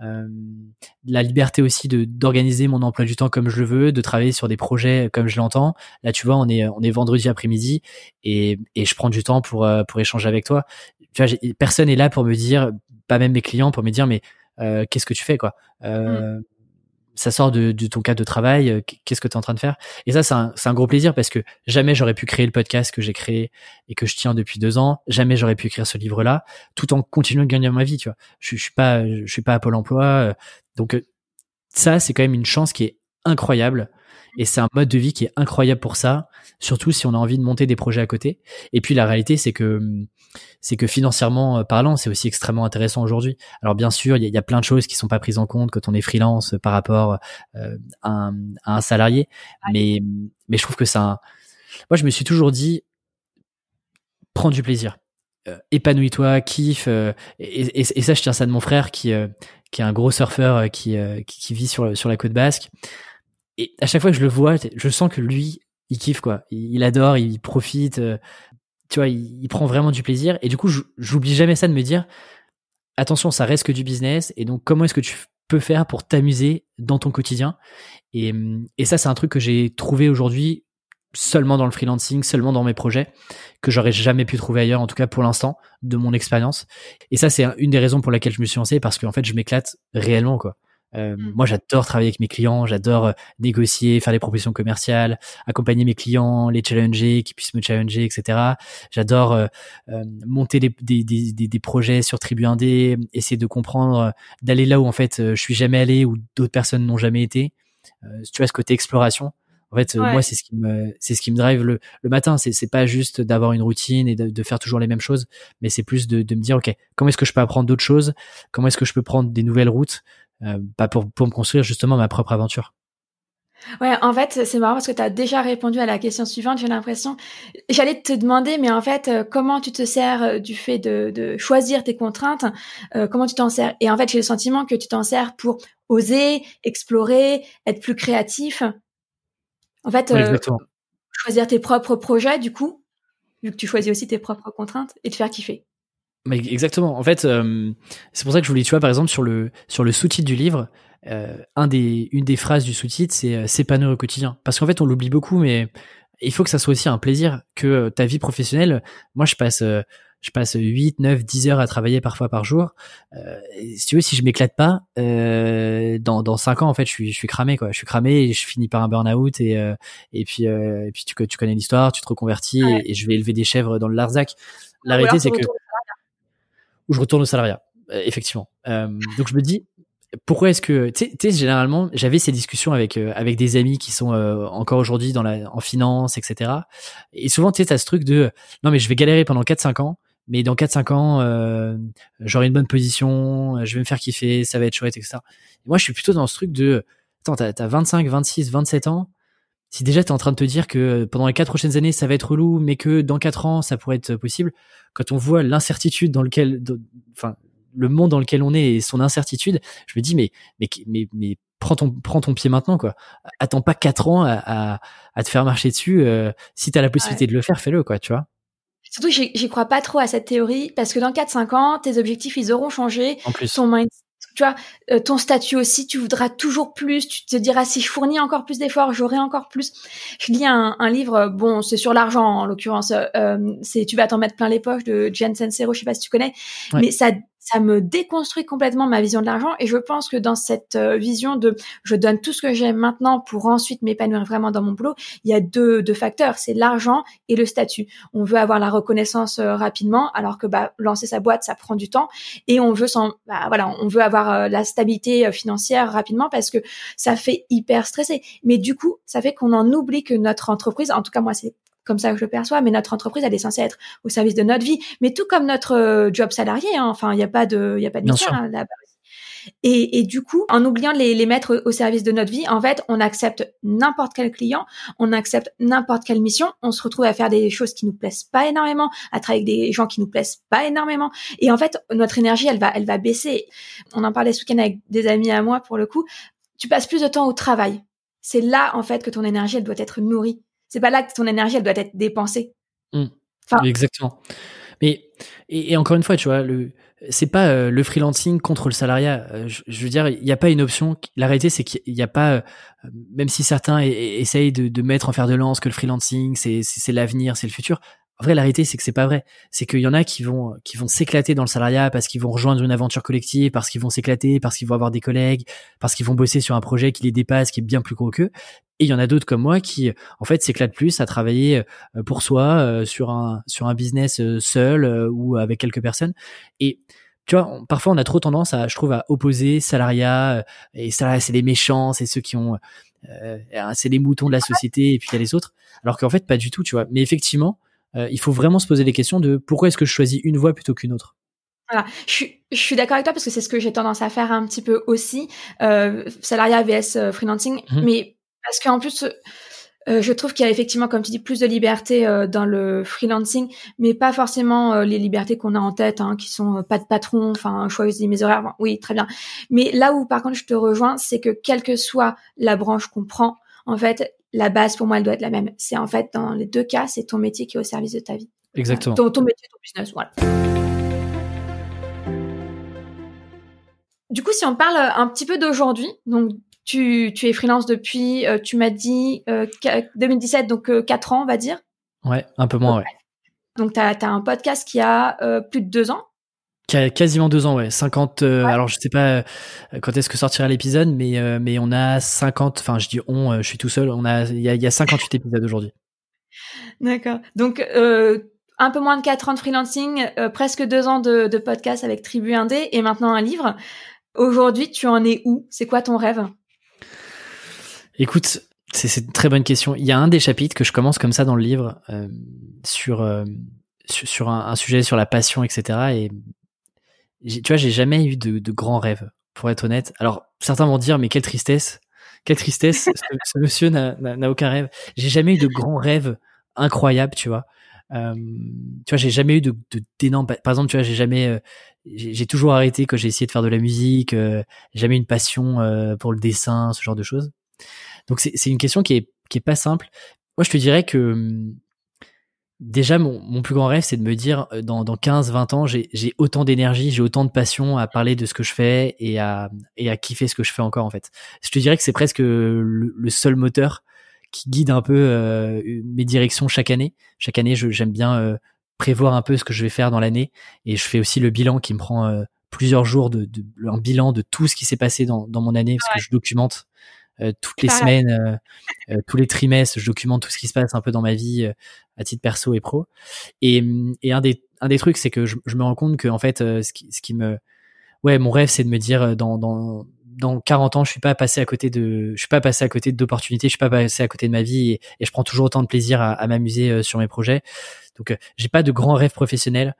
La liberté aussi d'organiser mon emploi du temps comme je le veux, de travailler sur des projets comme je l'entends. Là, tu vois, on est vendredi après-midi et je prends du temps pour échanger avec toi. Tu vois, personne est là pour me dire, pas même mes clients, pour me dire mais qu'est-ce que tu fais quoi. Ça sort de ton cadre de travail, qu'est-ce que tu es en train de faire? Et ça, c'est un gros plaisir parce que jamais j'aurais pu créer le podcast que j'ai créé et que je tiens depuis 2 ans. Jamais j'aurais pu écrire ce livre-là tout en continuant de gagner ma vie, tu vois. Je suis pas à Pôle emploi. Donc, ça, c'est quand même une chance qui est incroyable. Et c'est un mode de vie qui est incroyable pour ça, surtout si on a envie de monter des projets à côté. Et puis la réalité, c'est que financièrement parlant, c'est aussi extrêmement intéressant aujourd'hui. Alors bien sûr, il y a plein de choses qui sont pas prises en compte quand on est freelance par rapport à un salarié, mais je trouve que moi je me suis toujours dit, prends du plaisir, épanouis-toi, kiffe, et ça je tiens ça de mon frère qui est un gros surfeur qui vit sur la côte basque. Et à chaque fois que je le vois, je sens que lui, il kiffe quoi. Il adore, il profite. Tu vois, il prend vraiment du plaisir. Et du coup, j'oublie jamais ça de me dire, attention, ça reste que du business. Et donc, comment est-ce que tu peux faire pour t'amuser dans ton quotidien? Et ça, c'est un truc que j'ai trouvé aujourd'hui seulement dans le freelancing, seulement dans mes projets, que j'aurais jamais pu trouver ailleurs, en tout cas pour l'instant, de mon expérience. Et ça, c'est une des raisons pour laquelle je me suis lancé, parce qu'en fait, je m'éclate réellement quoi. Moi, j'adore travailler avec mes clients, j'adore négocier, faire des propositions commerciales, accompagner mes clients, les challenger, qu'ils puissent me challenger, etc. J'adore monter des projets sur Tribu Indé, essayer de comprendre, d'aller là où en fait je suis jamais allé, où d'autres personnes n'ont jamais été. Tu vois, ce côté exploration. En fait, moi, c'est ce qui me drive le matin. C'est pas juste d'avoir une routine et de faire toujours les mêmes choses, mais c'est plus de me dire, ok, comment est-ce que je peux apprendre d'autres choses? Comment est-ce que je peux prendre des nouvelles routes? Pour me construire justement ma propre aventure. Ouais, en fait, c'est marrant parce que tu as déjà répondu à la question suivante, j'ai l'impression. J'allais te demander, mais en fait, comment tu te sers du fait de choisir tes contraintes, comment tu t'en sers? Et en fait, j'ai le sentiment que tu t'en sers pour oser, explorer, être plus créatif. En fait, Ouais, exactement. choisir tes propres projets, du coup, vu que tu choisis aussi tes propres contraintes, et te faire kiffer. Mais exactement. En fait, c'est pour ça que je voulais, tu vois, par exemple, sur le sous-titre du livre, une des phrases du sous-titre, c'est s'épanouir au quotidien. Parce qu'en fait, on l'oublie beaucoup, mais il faut que ça soit aussi un plaisir, que ta vie professionnelle. Moi, je passe 8, 9, 10 heures à travailler parfois par jour. Si tu veux, si je m'éclate pas, dans 5 ans, en fait, je suis cramé, quoi. Je suis cramé et je finis par un burn-out et puis tu connais l'histoire, tu te reconvertis et je vais élever des chèvres dans le Larzac. La réalité, c'est que où je retourne au salariat, effectivement. Donc je me dis, pourquoi est-ce que, tu sais, généralement, j'avais ces discussions avec des amis qui sont encore aujourd'hui en finance, etc. Et souvent, tu sais, t'as ce truc de, non mais je vais galérer pendant 4-5 ans, mais dans 4-5 ans, j'aurai une bonne position, je vais me faire kiffer, ça va être chouette, etc. Et moi, je suis plutôt dans ce truc de, attends, t'as 25, 26, 27 ans. Si déjà t'es en train de te dire que pendant les 4 prochaines années ça va être relou, mais que dans 4 ans ça pourrait être possible, quand on voit l'incertitude enfin le monde dans lequel on est et son incertitude, je me dis mais prends ton pied maintenant quoi. Attends pas 4 ans à te faire marcher dessus. Si t'as la possibilité de le faire, fais-le quoi, tu vois. Surtout, j'y crois pas trop à cette théorie parce que dans 4-5 ans, tes objectifs ils auront changé, En plus. ton mindset. Tu vois, ton statut aussi, tu voudras toujours plus, tu te diras si je fournis encore plus d'efforts, j'aurai encore plus. Je lis un livre, bon, c'est sur l'argent en l'occurrence, c'est Tu vas t'en mettre plein les poches de Jen Sincero, je sais pas si tu connais, Ouais. mais ça ça me déconstruit complètement ma vision de l'argent. Et je pense que dans cette vision de je donne tout ce que j'ai maintenant pour ensuite m'épanouir vraiment dans mon boulot, il y a deux facteurs, c'est l'argent et le statut. On veut avoir la reconnaissance rapidement, alors que lancer sa boîte, ça prend du temps. Et on veut on veut avoir la stabilité financière rapidement parce que ça fait hyper stressé. Mais du coup, ça fait qu'on en oublie que notre entreprise, en tout cas moi c'est comme ça que je le perçois, mais notre entreprise, elle est censée être au service de notre vie, mais tout comme notre job salarié, hein. Enfin, il y a pas de mystère hein, là-bas. Et du coup, en oubliant de les mettre au service de notre vie, en fait, on accepte n'importe quel client, on accepte n'importe quelle mission, on se retrouve à faire des choses qui nous plaisent pas énormément, à travailler avec des gens qui nous plaisent pas énormément. Et en fait, notre énergie, elle va baisser. On en parlait ce week-end avec des amis à moi, pour le coup. Tu passes plus de temps au travail. C'est là, en fait, que ton énergie, elle doit être nourrie. C'est pas là que ton énergie, elle doit être dépensée. Enfin, exactement. Mais et encore une fois, tu vois, c'est pas le freelancing contre le salariat. Je veux dire, il n'y a pas une option. La réalité, c'est qu'il n'y a pas, même si certains essayent de mettre en fer de lance que le freelancing, c'est l'avenir, c'est le futur. En vrai, la réalité, c'est que c'est pas vrai. C'est qu'il y en a qui vont s'éclater dans le salariat parce qu'ils vont rejoindre une aventure collective, parce qu'ils vont s'éclater, parce qu'ils vont avoir des collègues, parce qu'ils vont bosser sur un projet qui les dépasse, qui est bien plus gros qu'eux. Et il y en a d'autres comme moi qui, en fait, s'éclatent plus à travailler pour soi, sur un business seul ou avec quelques personnes. Et tu vois, parfois on a trop tendance je trouve, à opposer salariat et salariat, c'est les méchants, c'est ceux qui ont, c'est les moutons de la société, et puis il y a les autres. Alors qu'en fait, pas du tout, tu vois. Mais effectivement, il faut vraiment se poser les questions de pourquoi est-ce que je choisis une voie plutôt qu'une autre. Voilà, je suis d'accord avec toi parce que c'est ce que j'ai tendance à faire un petit peu aussi, salariat vs freelancing, mais parce qu'en plus, je trouve qu'il y a effectivement, comme tu dis, plus de liberté dans le freelancing, mais pas forcément les libertés qu'on a en tête, hein, qui sont pas de patron, enfin choisir mes horaires, bon, oui, très bien. Mais là où par contre je te rejoins, c'est que quelle que soit la branche qu'on prend, en fait, la base pour moi elle doit être la même. C'est en fait dans les deux cas, c'est ton métier qui est au service de ta vie. Exactement. Ton métier, ton business, voilà. Du coup, si on parle un petit peu d'aujourd'hui, donc tu es freelance depuis, tu m'as dit 2017, donc 4 ans, on va dire. Ouais, un peu moins, ouais. Donc, t'as un podcast qui a plus de 2 ans. Qui a quasiment 2 ans, ouais. 50, ouais. Alors je sais pas quand est-ce que sortira l'épisode, mais on a 50, enfin je dis je suis tout seul, il y a 58 épisodes aujourd'hui. D'accord. Donc, un peu moins de 4 ans de freelancing, presque 2 ans de podcast avec Tribu Indé et maintenant un livre. Aujourd'hui, tu en es où? C'est quoi ton rêve? Écoute, c'est une très bonne question. Il y a un des chapitres que je commence comme ça dans le livre sur un sujet sur la passion, etc. Et tu vois, j'ai jamais eu de grands rêves, pour être honnête. Alors certains vont dire mais quelle tristesse, ce monsieur n'a aucun rêve. J'ai jamais eu de grands rêves incroyables, tu vois. Tu vois, j'ai jamais eu d'énormes. Par exemple, tu vois, j'ai toujours arrêté quand j'ai essayé de faire de la musique. Jamais une passion pour le dessin, ce genre de choses. Donc c'est une question qui est pas simple. Moi, je te dirais que déjà mon plus grand rêve, c'est de me dire dans 15-20 ans, j'ai autant d'énergie, j'ai autant de passion à parler de ce que je fais et à kiffer ce que je fais encore, en fait. Je te dirais que c'est presque le seul moteur qui guide un peu mes directions chaque année. Chaque année, j'aime bien prévoir un peu ce que je vais faire dans l'année, et je fais aussi le bilan qui me prend plusieurs jours un bilan de tout ce qui s'est passé dans mon année, parce que je documente toutes les semaines, tous les trimestres, je documente tout ce qui se passe un peu dans ma vie à titre perso et pro. Et un des trucs, c'est que je me rends compte que en fait, mon rêve, c'est de me dire dans 40 ans, je suis pas passé à côté d'opportunités, je suis pas passé à côté de ma vie, et je prends toujours autant de plaisir à m'amuser sur mes projets. Donc, j'ai pas de grands rêves professionnels.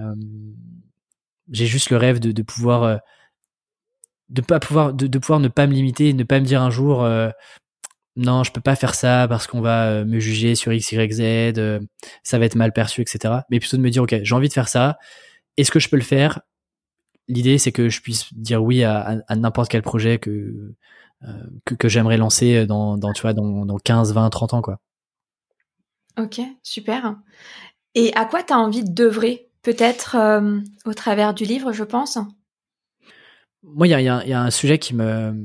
J'ai juste le rêve de pouvoir de pouvoir ne pas me limiter, ne pas me dire un jour non, je peux pas faire ça parce qu'on va me juger sur X, Y, Z, ça va être mal perçu, etc. Mais plutôt de me dire ok, j'ai envie de faire ça, est-ce que je peux le faire? L'idée, c'est que je puisse dire oui à n'importe quel projet que j'aimerais lancer dans 15, 20, 30 ans, quoi. Ok, super. Et à quoi tu as envie d'œuvrer? Peut-être au travers du livre, je pense. Moi, il y a un sujet qui me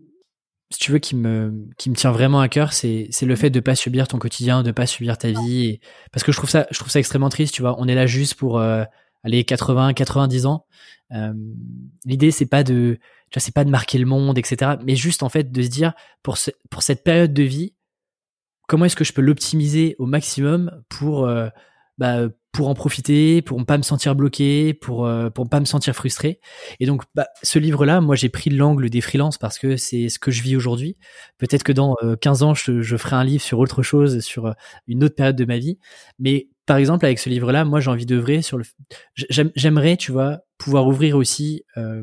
tient vraiment à cœur, c'est le fait de pas subir ton quotidien, de pas subir ta vie, parce que je trouve ça extrêmement triste, tu vois. On est là juste pour allez, 80, 90 ans. L'idée, c'est pas de, tu vois, c'est pas de marquer le monde, etc. Mais juste, en fait, de se dire, pour cette période de vie, comment est-ce que je peux l'optimiser au maximum pour en profiter, pour ne pas me sentir bloqué, pour ne pas me sentir frustré. Et donc, ce livre-là, moi, j'ai pris l'angle des freelances parce que c'est ce que je vis aujourd'hui. Peut-être que dans 15 ans, je ferai un livre sur autre chose, sur une autre période de ma vie. Mais par exemple, avec ce livre-là, moi, j'ai envie d'œuvrer sur j'aimerais, tu vois, pouvoir ouvrir aussi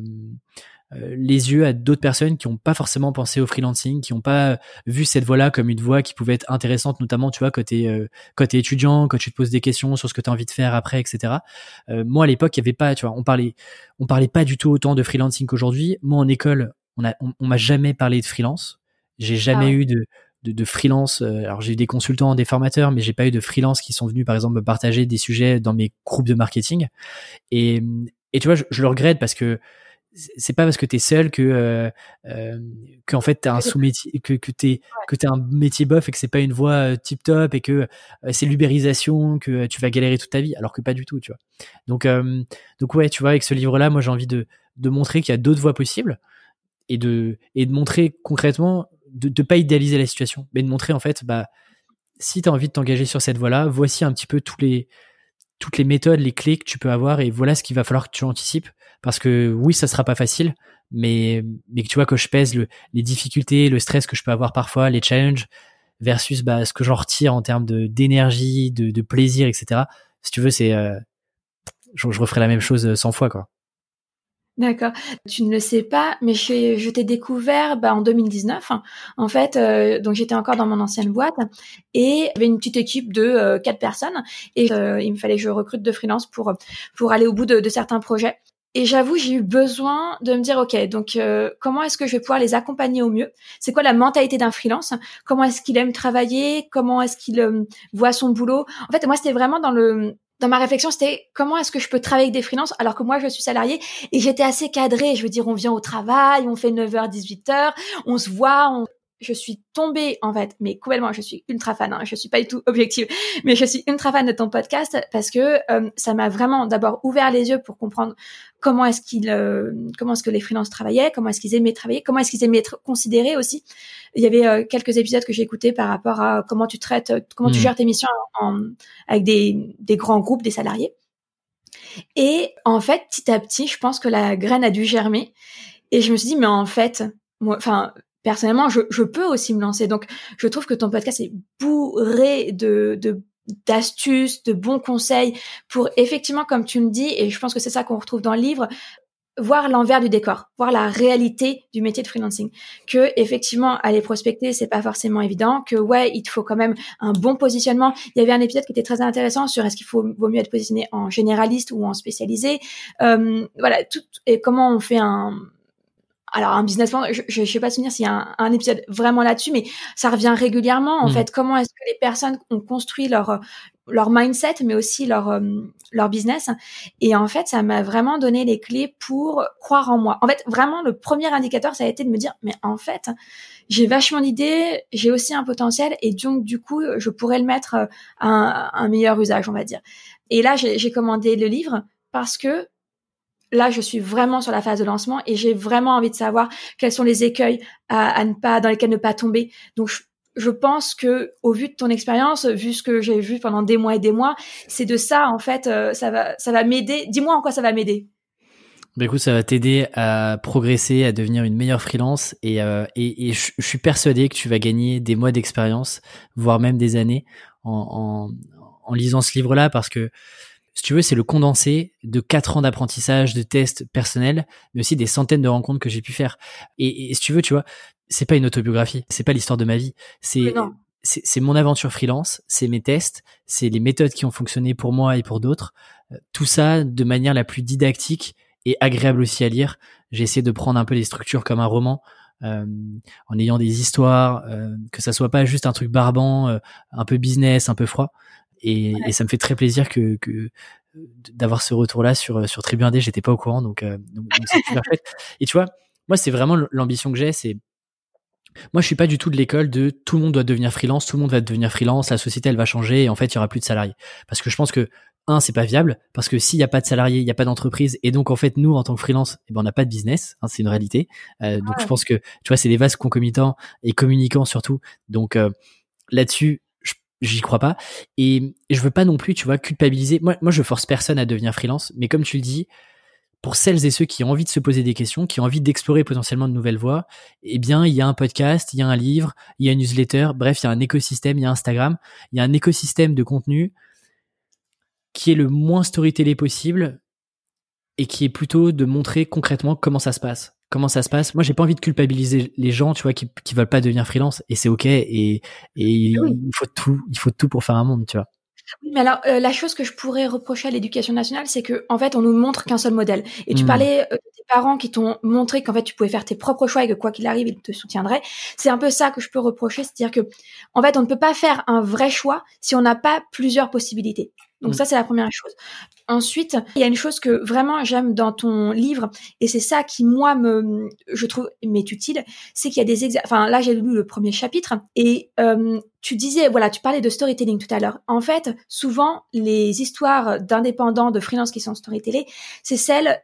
les yeux à d'autres personnes qui n'ont pas forcément pensé au freelancing, qui n'ont pas vu cette voie-là comme une voie qui pouvait être intéressante, notamment, tu vois, quand t'es étudiant, quand tu te poses des questions sur ce que tu as envie de faire après, etc. Moi, à l'époque, il y avait pas, tu vois, on parlait pas du tout autant de freelancing qu'aujourd'hui. Moi, en école, on m'a jamais parlé de freelance. J'ai jamais eu de freelance. Alors, j'ai eu des consultants, des formateurs, mais j'ai pas eu de freelance qui sont venus, par exemple, me partager des sujets dans mes groupes de marketing. Et tu vois, je le regrette parce que c'est pas parce que t'es seul que en fait t'as un sous-métier, que t'es un métier bof et que c'est pas une voie tip top et que c'est l'ubérisation, que tu vas galérer toute ta vie, alors que pas du tout, tu vois. Donc ouais, tu vois, avec ce livre-là, moi j'ai envie de montrer qu'il y a d'autres voies possibles et de montrer concrètement, de pas idéaliser la situation, mais de montrer en fait, si t'as envie de t'engager sur cette voie-là, voici un petit peu toutes les méthodes, les clés que tu peux avoir, et voilà ce qu'il va falloir que tu anticipes, parce que oui, ça sera pas facile, mais tu vois, que je pèse les difficultés, le stress que je peux avoir parfois, les challenges versus ce que j'en retire en termes d'énergie, de plaisir, etc. Si tu veux, c'est je referai la même chose 100 fois, quoi. D'accord. Tu ne le sais pas, mais je t'ai découvert en 2019. En fait, donc j'étais encore dans mon ancienne boîte et il y avait une petite équipe de 4 personnes et il me fallait que je recrute de freelance pour aller au bout de certains projets. Et j'avoue, j'ai eu besoin de me dire, ok, donc comment est-ce que je vais pouvoir les accompagner au mieux? C'est quoi la mentalité d'un freelance? Comment est-ce qu'il aime travailler? Comment est-ce qu'il voit son boulot? En fait, moi, c'était vraiment dans ma réflexion, c'était comment est-ce que je peux travailler avec des freelances alors que moi, je suis salariée et j'étais assez cadrée. Je veux dire, on vient au travail, on fait 9h, 18h, on se voit, je suis tombée, en fait, mais complètement, je suis ultra fan, je suis pas du tout objective, mais je suis ultra fan de ton podcast parce que ça m'a vraiment d'abord ouvert les yeux pour comprendre comment est-ce que les freelances travaillaient, comment est-ce qu'ils aimaient travailler, comment est-ce qu'ils aimaient être considérés aussi. Il y avait quelques épisodes que j'ai écoutés par rapport à comment tu gères tes missions avec des grands groupes, des salariés. Et en fait, petit à petit, je pense que la graine a dû germer et je me suis dit, mais en fait, moi, personnellement, je peux aussi me lancer. Donc, je trouve que ton podcast est bourré d'astuces, de bons conseils pour effectivement, comme tu me dis, et je pense que c'est ça qu'on retrouve dans le livre, voir l'envers du décor, voir la réalité du métier de freelancing. Que effectivement, aller prospecter, c'est pas forcément évident. Que ouais, il te faut quand même un bon positionnement. Il y avait un épisode qui était très intéressant sur est-ce qu'il vaut mieux être positionné en généraliste ou en spécialisé. Voilà, tout et comment on fait un business plan, je sais pas souvenir s'il y a un épisode vraiment là-dessus, mais ça revient régulièrement. En fait, comment est-ce que les personnes ont construit leur mindset, mais aussi leur business. Et en fait, ça m'a vraiment donné les clés pour croire en moi. En fait, vraiment, le premier indicateur, ça a été de me dire, mais en fait, j'ai vachement d'idées, j'ai aussi un potentiel, et donc, du coup, je pourrais le mettre à un meilleur usage, on va dire. Et là, j'ai commandé le livre parce que là, je suis vraiment sur la phase de lancement et j'ai vraiment envie de savoir quels sont les écueils dans lesquels ne pas tomber. Donc, je pense que, au vu de ton expérience, vu ce que j'ai vu pendant des mois et des mois, c'est de ça, en fait, ça va m'aider. Dis-moi en quoi ça va m'aider. Écoute, ça va t'aider à progresser, à devenir une meilleure freelance et je suis persuadé que tu vas gagner des mois d'expérience, voire même des années en lisant ce livre-là, parce que si tu veux, c'est le condensé de 4 ans d'apprentissage, de tests personnels, mais aussi des centaines de rencontres que j'ai pu faire. Et si tu veux, tu vois, c'est pas une autobiographie, c'est pas l'histoire de ma vie, c'est mon aventure freelance, c'est mes tests, c'est les méthodes qui ont fonctionné pour moi et pour d'autres. Tout ça de manière la plus didactique et agréable aussi à lire. J'ai essayé de prendre un peu les structures comme un roman, en ayant des histoires, que ça soit pas juste un truc barbant, un peu business, un peu froid. Et ça me fait très plaisir que d'avoir ce retour-là sur Tribu Indé. J'étais pas au courant, donc c'est super chouette. Et tu vois, moi, c'est vraiment l'ambition que j'ai. Moi, je suis pas du tout de l'école de tout le monde doit devenir freelance, tout le monde va devenir freelance, la société, elle va changer et en fait, il y aura plus de salariés. Parce que je pense que c'est pas viable parce que s'il y a pas de salariés, il y a pas d'entreprise et donc en fait nous en tant que freelance, on n'a pas de business, c'est une réalité. Donc je pense que tu vois c'est des vases concomitants et communicants surtout. Donc là-dessus j'y crois pas et je veux pas non plus tu vois culpabiliser. Moi je force personne à devenir freelance, mais comme tu le dis, pour celles et ceux qui ont envie de se poser des questions, qui ont envie d'explorer potentiellement de nouvelles voies, eh bien, il y a un podcast, il y a un livre, il y a une newsletter, bref, il y a un écosystème, il y a Instagram, il y a un écosystème de contenu qui est le moins storytellé possible et qui est plutôt de montrer concrètement comment ça se passe. Comment ça se passe. Moi, j'ai pas envie de culpabiliser les gens, tu vois, qui veulent pas devenir freelance et c'est OK et il faut tout pour faire un monde, tu vois. Oui, mais alors la chose que je pourrais reprocher à l'éducation nationale, c'est que en fait, on nous montre qu'un seul modèle. Et tu parlais de tes parents qui t'ont montré qu'en fait, tu pouvais faire tes propres choix et que quoi qu'il arrive, ils te soutiendraient. C'est un peu ça que je peux reprocher, c'est-à-dire que en fait, on ne peut pas faire un vrai choix si on n'a pas plusieurs possibilités. Donc ça, c'est la première chose. Ensuite, il y a une chose que vraiment j'aime dans ton livre, et c'est ça qui, moi, je trouve m'est utile, c'est qu'il y a des enfin, là, j'ai lu le premier chapitre, et tu disais, voilà, tu parlais de storytelling tout à l'heure. En fait, souvent, les histoires d'indépendants, de freelance qui sont storytellées, c'est celle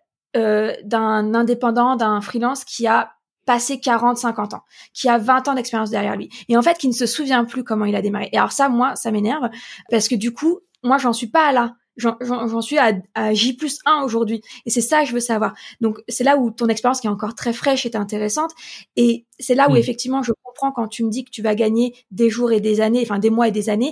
d'un indépendant, d'un freelance qui a passé 40, 50 ans, qui a 20 ans d'expérience derrière lui, et en fait, qui ne se souvient plus comment il a démarré. Et alors ça, moi, ça m'énerve, parce que du coup, moi, j'en suis pas là. J'en suis à J+1 aujourd'hui. Et c'est ça que je veux savoir. Donc, c'est là où ton expérience qui est encore très fraîche est intéressante. Et c'est là où, effectivement, je comprends quand tu me dis que tu vas gagner des jours et des années, enfin, des mois et des années.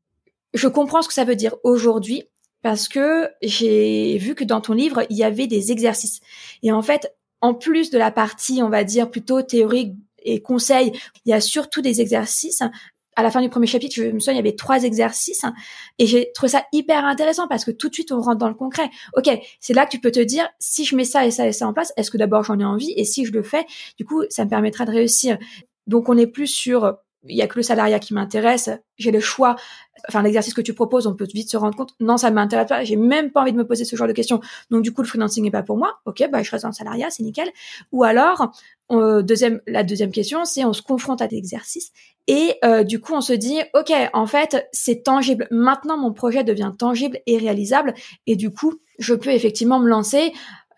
Je comprends ce que ça veut dire aujourd'hui parce que j'ai vu que dans ton livre, il y avait des exercices. Et en fait, en plus de la partie, on va dire, plutôt théorique et conseil, il y a surtout des exercices. À la fin du premier chapitre, je me souviens, il y avait 3 exercices et j'ai trouvé ça hyper intéressant parce que tout de suite, on rentre dans le concret. Ok, c'est là que tu peux te dire, si je mets ça et ça et ça en place, est-ce que d'abord j'en ai envie? Et si je le fais, du coup, ça me permettra de réussir. Donc, on est plus sur, il y a que le salariat qui m'intéresse, j'ai le choix. Enfin, l'exercice que tu proposes, on peut vite se rendre compte, non, ça m'intéresse pas, j'ai même pas envie de me poser ce genre de questions. Donc, du coup, le freelancing n'est pas pour moi. Ok, je reste dans le salariat, c'est nickel. Ou alors, la deuxième question, c'est on se confronte à des exercices et du coup, on se dit, ok, en fait, c'est tangible. Maintenant, mon projet devient tangible et réalisable et du coup, je peux effectivement me lancer.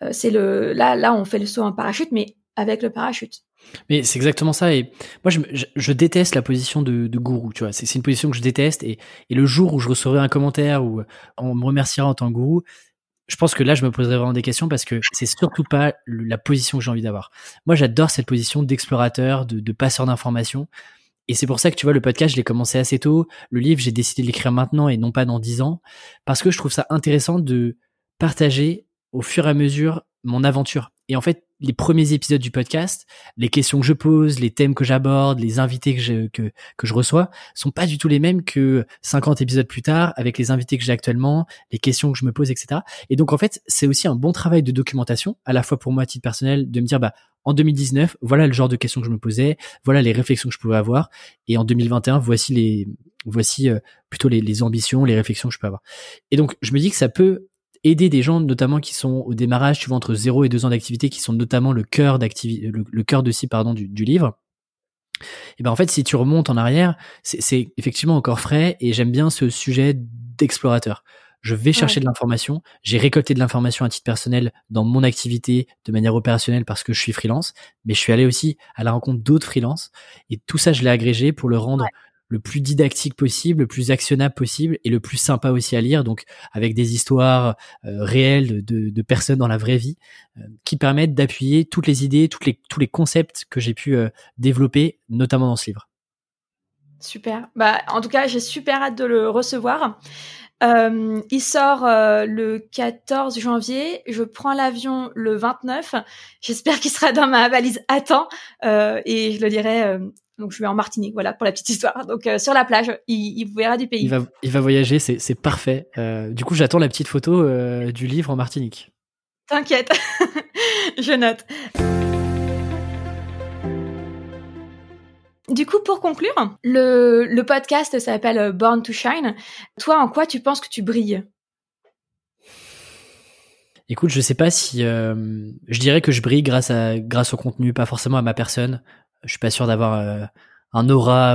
Là, on fait le saut en parachute, mais avec le parachute. Mais c'est exactement ça. Et moi, je déteste la position de gourou. Tu vois, c'est une position que je déteste. Et le jour où je recevrai un commentaire où on me remerciera en tant que gourou, je pense que là, je me poserai vraiment des questions parce que c'est surtout pas la position que j'ai envie d'avoir. Moi, j'adore cette position d'explorateur, de passeur d'informations. Et c'est pour ça que tu vois, le podcast, je l'ai commencé assez tôt. Le livre, j'ai décidé de l'écrire maintenant et non pas dans 10 ans. Parce que je trouve ça intéressant de partager au fur et à mesure mon aventure. Et en fait, les premiers épisodes du podcast, les questions que je pose, les thèmes que j'aborde, les invités que je reçois sont pas du tout les mêmes que 50 épisodes plus tard avec les invités que j'ai actuellement, les questions que je me pose, etc. Et donc, en fait, c'est aussi un bon travail de documentation, à la fois pour moi à titre personnel, de me dire, en 2019, voilà le genre de questions que je me posais, voilà les réflexions que je pouvais avoir. Et en 2021, voici plutôt les ambitions, les réflexions que je peux avoir. Et donc, je me dis que ça peut aider des gens notamment qui sont au démarrage, tu vois, entre 0 et 2 ans d'activité, qui sont notamment le cœur de cible, du livre. Et en fait, si tu remontes en arrière, c'est effectivement encore frais et j'aime bien ce sujet d'explorateur. Je vais chercher de l'information, j'ai récolté de l'information à titre personnel dans mon activité de manière opérationnelle parce que je suis freelance, mais je suis allé aussi à la rencontre d'autres freelances et tout ça, je l'ai agrégé pour le rendre le plus didactique possible, le plus actionnable possible et le plus sympa aussi à lire, donc avec des histoires réelles de personnes dans la vraie vie qui permettent d'appuyer toutes les idées, tous les concepts que j'ai pu développer, notamment dans ce livre. Super. En tout cas, j'ai super hâte de le recevoir. Il sort le 14 janvier. Je prends l'avion le 29. J'espère qu'il sera dans ma valise à temps et je le lirai. Donc, je vais en Martinique, voilà, pour la petite histoire. Donc, sur la plage, il verra du pays. Il va voyager, c'est parfait. Du coup, j'attends la petite photo du livre en Martinique. T'inquiète, je note. Du coup, pour conclure, le podcast s'appelle Born to Shine. Toi, en quoi tu penses que tu brilles ? Écoute, je sais pas si je dirais que je brille grâce au contenu, pas forcément à ma personne. Je suis pas sûr d'avoir un aura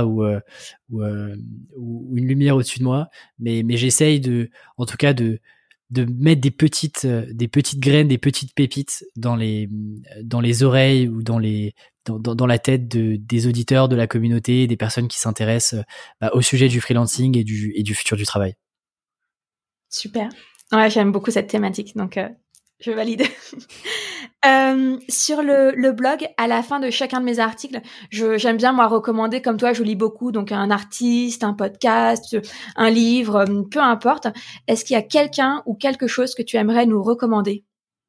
ou une lumière au-dessus de moi, mais j'essaye en tout cas de mettre des petites graines, des petites pépites dans les oreilles ou dans la tête des auditeurs, de la communauté, des personnes qui s'intéressent au sujet du freelancing et du futur du travail. Super. Ouais, j'aime beaucoup cette thématique, donc je valide. Sur le blog, à la fin de chacun de mes articles, j'aime bien moi recommander, comme toi, je lis beaucoup, donc un artiste, un podcast, un livre, peu importe. Est-ce qu'il y a quelqu'un ou quelque chose que tu aimerais nous recommander?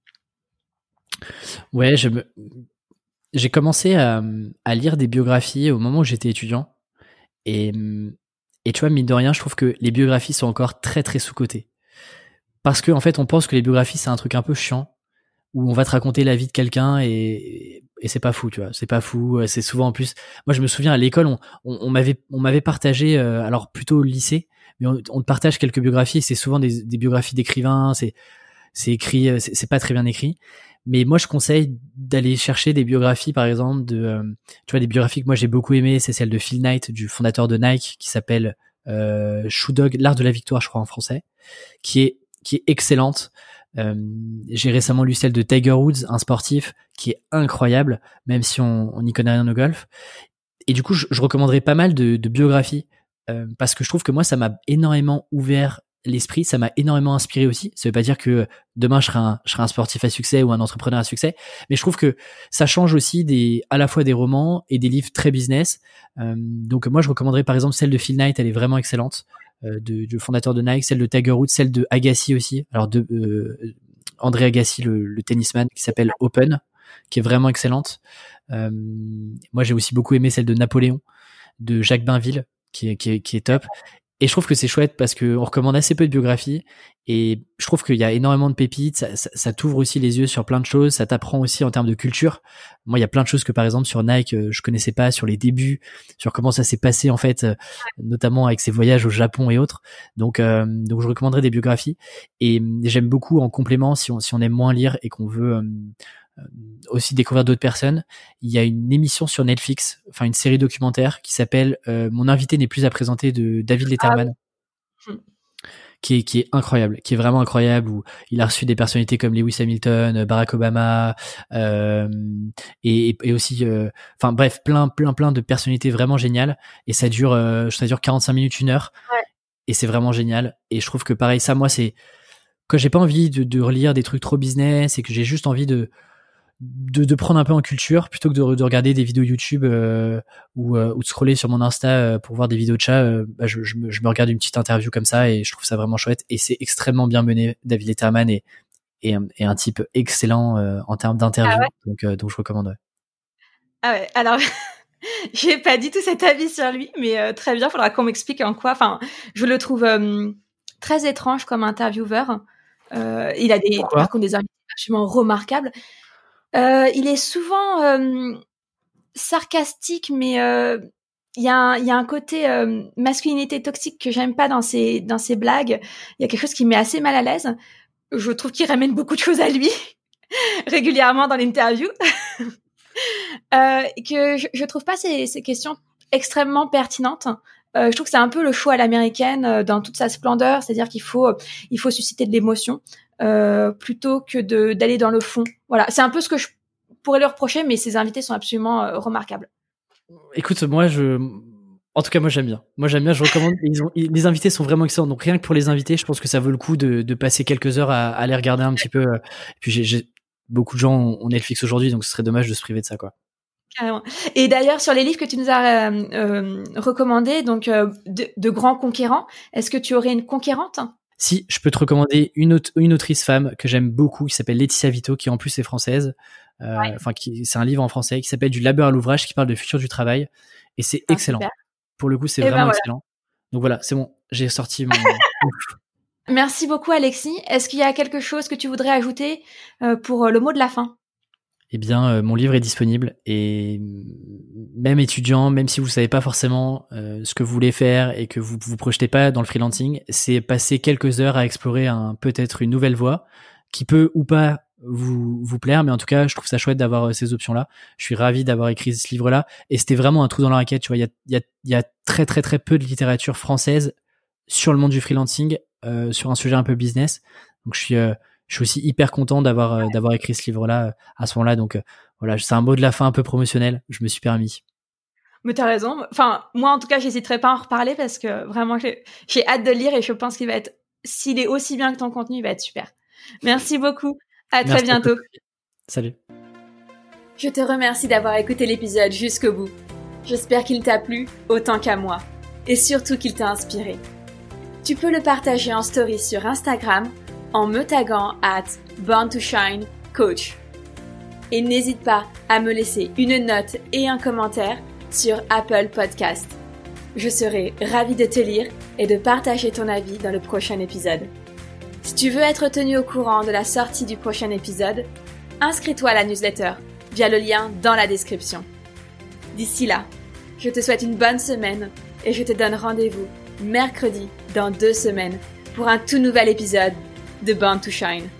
Ouais, j'ai commencé à lire des biographies au moment où j'étais étudiant, et tu vois, mine de rien, je trouve que les biographies sont encore très très sous-cotées. Parce que en fait, on pense que les biographies c'est un truc un peu chiant où on va te raconter la vie de quelqu'un et c'est pas fou, tu vois. C'est pas fou. C'est souvent en plus. Moi, je me souviens à l'école, on m'avait partagé, alors plutôt au lycée, mais on te partage quelques biographies. C'est souvent des biographies d'écrivains. C'est écrit, c'est pas très bien écrit. Mais moi, je conseille d'aller chercher des biographies, par exemple, tu vois, des biographies que moi j'ai beaucoup aimées. C'est celle de Phil Knight, du fondateur de Nike, qui s'appelle Shoe Dog, l'art de la victoire, je crois en français, qui est excellente. J'ai récemment lu celle de Tiger Woods, un sportif, qui est incroyable, même si on n'y connaît rien au golf. Et du coup, je recommanderais pas mal de biographies, parce que je trouve que moi, ça m'a énormément ouvert l'esprit, ça m'a énormément inspiré aussi. Ça veut pas dire que demain je serai un sportif à succès ou un entrepreneur à succès, mais je trouve que ça change aussi à la fois des romans et des livres très business. Donc moi, je recommanderais par exemple celle de Phil Knight, elle est vraiment excellente. Du fondateur de Nike, celle de Tiger Woods, celle de Agassi aussi. Alors André Agassi, le tennisman, qui s'appelle Open, qui est vraiment excellente. Moi, j'ai aussi beaucoup aimé celle de Napoléon, de Jacques Bainville, qui est top. Et je trouve que c'est chouette parce que on recommande assez peu de biographies et je trouve qu'il y a énormément de pépites. Ça t'ouvre aussi les yeux sur plein de choses. Ça t'apprend aussi en termes de culture. Moi, il y a plein de choses que par exemple sur Nike, je connaissais pas, sur les débuts, sur comment ça s'est passé en fait, notamment avec ses voyages au Japon et autres. Donc je recommanderais des biographies. Et j'aime beaucoup en complément si on aime moins lire et qu'on veut aussi découvrir d'autres personnes. Il y a une émission sur Netflix, enfin une série documentaire qui s'appelle Mon invité n'est plus à présenter, de David Letterman, qui est incroyable, qui est vraiment incroyable, où il a reçu des personnalités comme Lewis Hamilton, Barack Obama, et aussi, enfin bref, plein de personnalités vraiment géniales. Et ça dure 45 minutes, 1 heure, Ouais. et c'est vraiment génial. Et je trouve que pareil, ça, moi, c'est quand j'ai pas envie de relire des trucs trop business et que j'ai juste envie de prendre un peu en culture plutôt que de regarder des vidéos YouTube ou de scroller sur mon Insta pour voir des vidéos de chats. Je me regarde une petite interview comme ça et je trouve ça vraiment chouette, et c'est extrêmement bien mené. David Letterman est un type excellent en termes d'interview. Ah ouais. Donc je recommande. Ouais. Ah ouais, alors j'ai pas du tout cet avis sur lui, mais très bien, faudra qu'on m'explique en quoi. Enfin, je le trouve très étrange comme intervieweur. Il a par contre des invités absolument remarquables. Il est souvent sarcastique, mais il y a un côté masculinité toxique que j'aime pas dans ses blagues. Il y a quelque chose qui me met assez mal à l'aise. Je trouve qu'il ramène beaucoup de choses à lui régulièrement dans l'interview. Que je trouve pas ces questions extrêmement pertinentes. Je trouve que c'est un peu le show à l'américaine dans toute sa splendeur, c'est-à-dire qu'il faut susciter de l'émotion plutôt que d'aller dans le fond. Voilà, c'est un peu ce que je pourrais leur reprocher, mais ces invités sont absolument remarquables. Écoute, en tout cas, moi j'aime bien. Je recommande. Les invités sont vraiment excellents. Donc rien que pour les invités, je pense que ça vaut le coup de passer quelques heures à les regarder un petit peu. Et puis j'ai beaucoup de gens ont Netflix aujourd'hui, donc ce serait dommage de se priver de ça, quoi. Carrément. Et d'ailleurs, sur les livres que tu nous as recommandés, donc de grands conquérants, est-ce que tu aurais une conquérante ? Si, je peux te recommander une autrice femme que j'aime beaucoup, qui s'appelle Laetitia Vito, qui en plus est française. Enfin, c'est un livre en français qui s'appelle Du labeur à l'ouvrage, qui parle du futur du travail, et c'est excellent. Super. Pour le coup, c'est vraiment excellent. Donc voilà, c'est bon, j'ai sorti mon. Merci beaucoup, Alexis. Est-ce qu'il y a quelque chose que tu voudrais ajouter pour le mot de la fin ? Eh bien, mon livre est disponible, et même étudiant, même si vous savez pas forcément ce que vous voulez faire et que vous vous projetez pas dans le freelancing, c'est passer quelques heures à explorer peut-être une nouvelle voie qui peut ou pas vous plaire, mais en tout cas, je trouve ça chouette d'avoir ces options-là. Je suis ravi d'avoir écrit ce livre-là, et c'était vraiment un trou dans la raquette. Tu vois, il y a très très très peu de littérature française sur le monde du freelancing, sur un sujet un peu business. Donc je suis aussi hyper content d'avoir écrit ce livre-là à ce moment-là. Donc voilà, c'est un mot de la fin un peu promotionnel. Je me suis permis. Mais t'as raison. Enfin, moi, en tout cas, j'hésiterai pas à en reparler parce que vraiment, j'ai hâte de le lire et je pense qu'il va être, s'il est aussi bien que ton contenu, il va être super. Merci beaucoup. À très bientôt. Salut. Je te remercie d'avoir écouté l'épisode jusqu'au bout. J'espère qu'il t'a plu autant qu'à moi et surtout qu'il t'a inspiré. Tu peux le partager en story sur Instagram en me taguant @born2shine_coach. Et n'hésite pas à me laisser une note et un commentaire sur Apple Podcast. Je serai ravie de te lire et de partager ton avis dans le prochain épisode. Si tu veux être tenu au courant de la sortie du prochain épisode, inscris-toi à la newsletter via le lien dans la description. D'ici là, je te souhaite une bonne semaine et je te donne rendez-vous mercredi dans 2 semaines pour un tout nouvel épisode de Born to Shine.